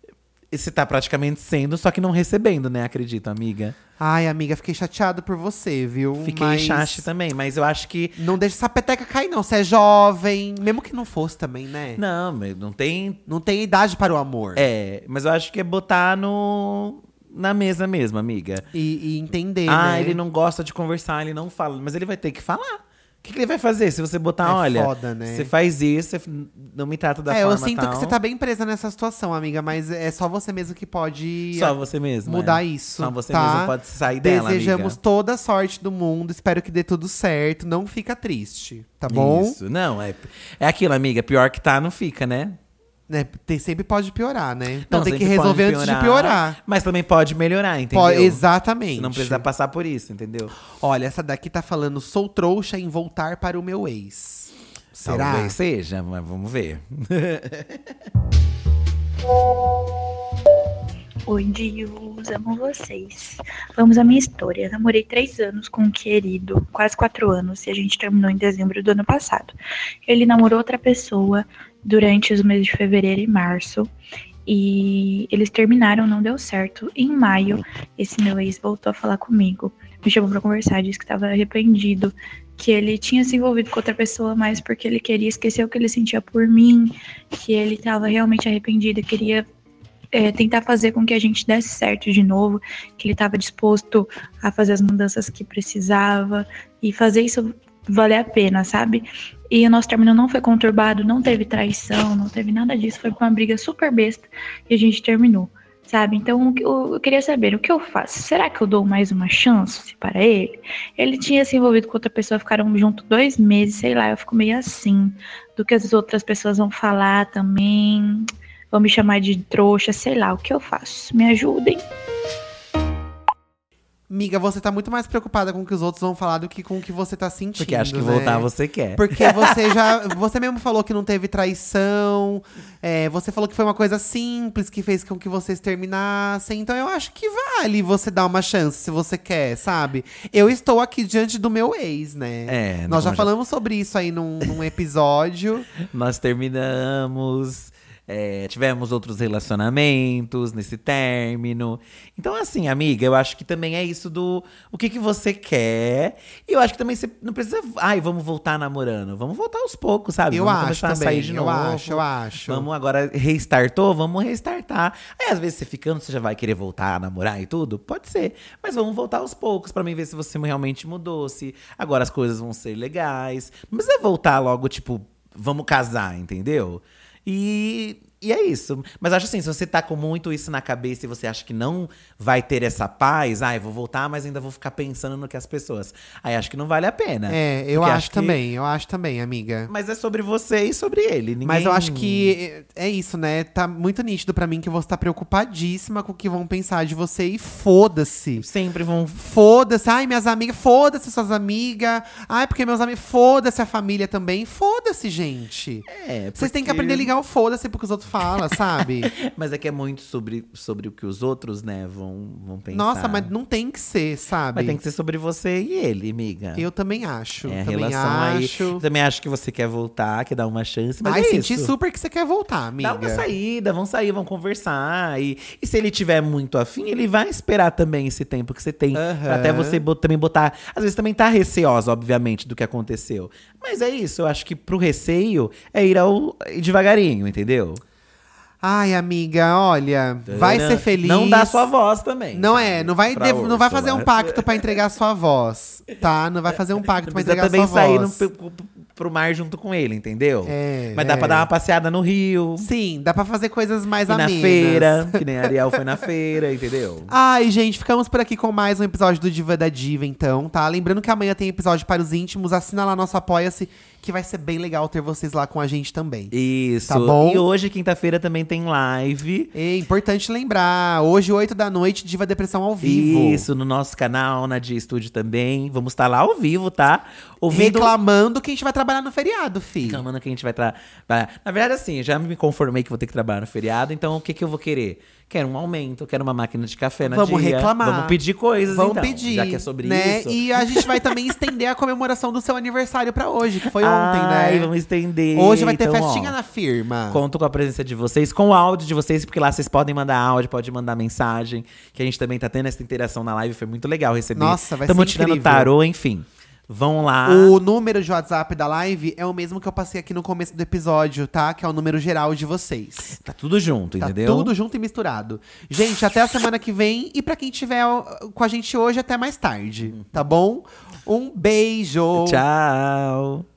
Speaker 2: E você tá praticamente sendo, só que não recebendo, né? Acredito, amiga.
Speaker 1: Ai, amiga, fiquei chateado por você, viu?
Speaker 2: Fiquei
Speaker 1: Mas
Speaker 2: chaste também, mas eu acho que…
Speaker 1: Não deixa essa peteca cair, não. Você é jovem. Mesmo que não fosse também, né?
Speaker 2: Não, mas não tem…
Speaker 1: Não tem idade para o amor.
Speaker 2: É, mas eu acho que é botar no… na mesa mesmo, amiga.
Speaker 1: E, e entender,
Speaker 2: Ah,
Speaker 1: né?
Speaker 2: ele não gosta de conversar, ele não fala. Mas ele vai ter que falar. O que, que ele vai fazer se você botar,
Speaker 1: É
Speaker 2: olha…
Speaker 1: foda, né?
Speaker 2: Você faz isso, você não me trata da
Speaker 1: É,
Speaker 2: forma
Speaker 1: eu sinto
Speaker 2: tal.
Speaker 1: que você tá bem presa nessa situação, amiga. Mas é só você mesmo que pode
Speaker 2: Só você mesmo.
Speaker 1: mudar
Speaker 2: é.
Speaker 1: isso.
Speaker 2: Só você
Speaker 1: tá?
Speaker 2: mesmo pode sair dela,
Speaker 1: Desejamos
Speaker 2: amiga.
Speaker 1: toda a sorte do mundo. Espero que dê tudo certo. Não fica triste, tá bom?
Speaker 2: Isso. Não, é, é aquilo, amiga. Pior que tá, não fica, né?
Speaker 1: Né, tem, sempre pode piorar, né? Então
Speaker 2: Não,
Speaker 1: tem que
Speaker 2: sempre
Speaker 1: resolver
Speaker 2: pode
Speaker 1: antes de piorar.
Speaker 2: Mas também pode melhorar, entendeu?
Speaker 1: Pode- exatamente.
Speaker 2: Você não precisa passar por isso, entendeu?
Speaker 1: Olha, essa daqui tá falando: sou trouxa em voltar para o meu ex. Será?
Speaker 2: Talvez seja, mas vamos ver.
Speaker 4: Oi, Dios, amo vocês. Vamos à minha história. Namorei três anos com um querido, quase quatro anos, e a gente terminou em dezembro do ano passado. Ele namorou outra pessoa durante os meses de fevereiro e março, e eles terminaram, não deu certo. Em maio, esse meu ex voltou a falar comigo, me chamou pra conversar, disse que estava arrependido, que ele tinha se envolvido com outra pessoa, mas porque ele queria esquecer o que ele sentia por mim, que ele estava realmente arrependido, queria É, tentar fazer com que a gente desse certo de novo, que ele estava disposto a fazer as mudanças que precisava e fazer isso valer a pena, sabe? E o nosso término não foi conturbado, não teve traição, não teve nada disso, foi uma briga super besta e a gente terminou, sabe? Então eu, eu queria saber, o que eu faço? Será que eu dou mais uma chance para ele? Ele tinha se envolvido com outra pessoa, ficaram juntos dois meses, sei lá, eu fico meio assim, do que as outras pessoas vão falar também… Vão me chamar de trouxa, sei lá, o que eu faço? Me ajudem.
Speaker 1: Miga, você tá muito mais preocupada com o que os outros vão falar do que com o que você tá sentindo.
Speaker 2: Porque acho que
Speaker 1: né?
Speaker 2: voltar você quer.
Speaker 1: Porque você já. Você mesmo falou que não teve traição. É, você falou que foi uma coisa simples que fez com que vocês terminassem. Então eu acho que vale você dar uma chance se você quer, sabe? Eu estou aqui diante do meu ex, né?
Speaker 2: É,
Speaker 1: Nós já
Speaker 2: já-
Speaker 1: falamos sobre isso aí num, num episódio.
Speaker 2: Nós terminamos. É, tivemos outros relacionamentos nesse término. Então, assim, amiga, eu acho que também é isso do o que, que você quer. E eu acho que também você não precisa. Ai, vamos voltar namorando. Vamos voltar aos poucos, sabe?
Speaker 1: Eu
Speaker 2: vamos
Speaker 1: acho
Speaker 2: começar
Speaker 1: também,
Speaker 2: a sair de
Speaker 1: eu
Speaker 2: novo.
Speaker 1: acho, eu acho.
Speaker 2: Vamos agora, restartou? Vamos restartar. Aí, às vezes, você ficando, você já vai querer voltar a namorar e tudo? Pode ser. Mas vamos voltar aos poucos pra mim ver se você realmente mudou. Se agora as coisas vão ser legais. Não precisa voltar logo, tipo, vamos casar, entendeu? E, e é isso. Mas acho assim, se você tá com muito isso na cabeça e você acha que não vai ter essa paz, ai, vou voltar, mas ainda vou ficar pensando no que as pessoas. Aí acho que não vale a pena.
Speaker 1: É, eu
Speaker 2: Porque
Speaker 1: acho
Speaker 2: que-
Speaker 1: também, eu acho também, amiga.
Speaker 2: Mas é sobre você e sobre ele. Ninguém...
Speaker 1: Mas eu acho que é isso, né? Tá muito nítido pra mim que você tá preocupadíssima com o que vão pensar de você e foda-se.
Speaker 2: sempre vão.
Speaker 1: Foda-se, ai, minhas amigas, foda-se suas amigas. Ai, porque meus amigos, foda-se a família também. Foda-se, gente.
Speaker 2: É,
Speaker 1: Vocês têm que
Speaker 2: porque-
Speaker 1: aprender a ligar o foda-se porque os outros falam, sabe?
Speaker 2: Mas é que é muito sobre, sobre o que os outros, né, vão, vão pensar.
Speaker 1: Nossa, mas não tem que ser, sabe?
Speaker 2: Mas tem que ser sobre você e ele, amiga.
Speaker 1: Eu também acho.
Speaker 2: É, a
Speaker 1: também
Speaker 2: relação
Speaker 1: acho.
Speaker 2: aí. Também acho que você quer voltar, quer dar uma chance. Mas
Speaker 1: Ai,
Speaker 2: é
Speaker 1: senti
Speaker 2: isso.
Speaker 1: super que você quer voltar, amiga.
Speaker 2: Dá uma saída, vão sair, vão conversar. E, e se ele tiver muito afim, ele vai esperar também esse tempo que você tem.
Speaker 1: Aham.
Speaker 2: Pra até você bo- também botar. Às vezes também tá receosa, obviamente, do que aconteceu. Mas é isso, eu acho que pro receio é ir ao ir devagarinho, entendeu?
Speaker 1: Ai, amiga, olha, vai ser feliz.
Speaker 2: Não dá sua voz também.
Speaker 1: Não
Speaker 2: sabe?
Speaker 1: é, não vai,
Speaker 2: Pra
Speaker 1: dev- não vai
Speaker 2: Úrsula.
Speaker 1: fazer um pacto pra entregar sua voz, tá? Não vai fazer um pacto
Speaker 2: Não
Speaker 1: pra
Speaker 2: precisa
Speaker 1: entregar
Speaker 2: também
Speaker 1: sua
Speaker 2: sair
Speaker 1: voz.
Speaker 2: no, pro, pro mar junto com ele, entendeu?
Speaker 1: É,
Speaker 2: Mas dá
Speaker 1: é.
Speaker 2: pra dar uma passeada no rio.
Speaker 1: Sim, dá pra fazer coisas mais
Speaker 2: Ir na
Speaker 1: amenas.
Speaker 2: feira, que nem a Ariel foi na feira, entendeu?
Speaker 1: Ai, gente, ficamos por aqui com mais um episódio do Diva da Diva, então, tá? Lembrando que amanhã tem episódio para os íntimos. Assina lá nosso Apoia-se, que vai ser bem legal ter vocês lá com a gente também.
Speaker 2: Isso.
Speaker 1: Tá bom?
Speaker 2: E hoje, quinta-feira, também tem live.
Speaker 1: É importante lembrar, hoje, oito da noite, Diva Depressão ao vivo.
Speaker 2: Isso, no nosso canal, na Dia Estúdio também. Vamos estar lá ao vivo, tá? Ouvindo.
Speaker 1: Reclamando que a gente vai trabalhar no feriado, fi.
Speaker 2: Reclamando que a gente vai trabalhar. Na verdade, assim, já me conformei que vou ter que trabalhar no feriado, então o que, que eu vou querer? Quero um aumento, quero uma máquina de café na
Speaker 1: Vamos
Speaker 2: dia.
Speaker 1: reclamar.
Speaker 2: Vamos pedir coisas,
Speaker 1: Vamos
Speaker 2: então,
Speaker 1: pedir,
Speaker 2: já que é sobre
Speaker 1: né?
Speaker 2: isso.
Speaker 1: E a gente vai também estender a comemoração do seu aniversário pra hoje, que foi ontem,
Speaker 2: Ai,
Speaker 1: né?
Speaker 2: vamos estender.
Speaker 1: Hoje vai ter
Speaker 2: então,
Speaker 1: festinha
Speaker 2: ó,
Speaker 1: na firma.
Speaker 2: Conto com a presença de vocês, com o áudio de vocês, porque lá vocês podem mandar áudio, podem mandar mensagem. Que a gente também tá tendo essa interação na live, foi muito legal receber.
Speaker 1: Nossa, vai
Speaker 2: Tamo
Speaker 1: ser
Speaker 2: tirando
Speaker 1: incrível.
Speaker 2: tarô, enfim. Vão lá.
Speaker 1: O número de WhatsApp da live é o mesmo que eu passei aqui no começo do episódio, tá? Que é o número geral de vocês.
Speaker 2: Tá tudo junto,
Speaker 1: Tá
Speaker 2: entendeu?
Speaker 1: tudo junto e misturado. Gente, até a semana que vem. E pra quem estiver ó, com a gente hoje, até mais tarde, tá bom? Um beijo!
Speaker 2: Tchau.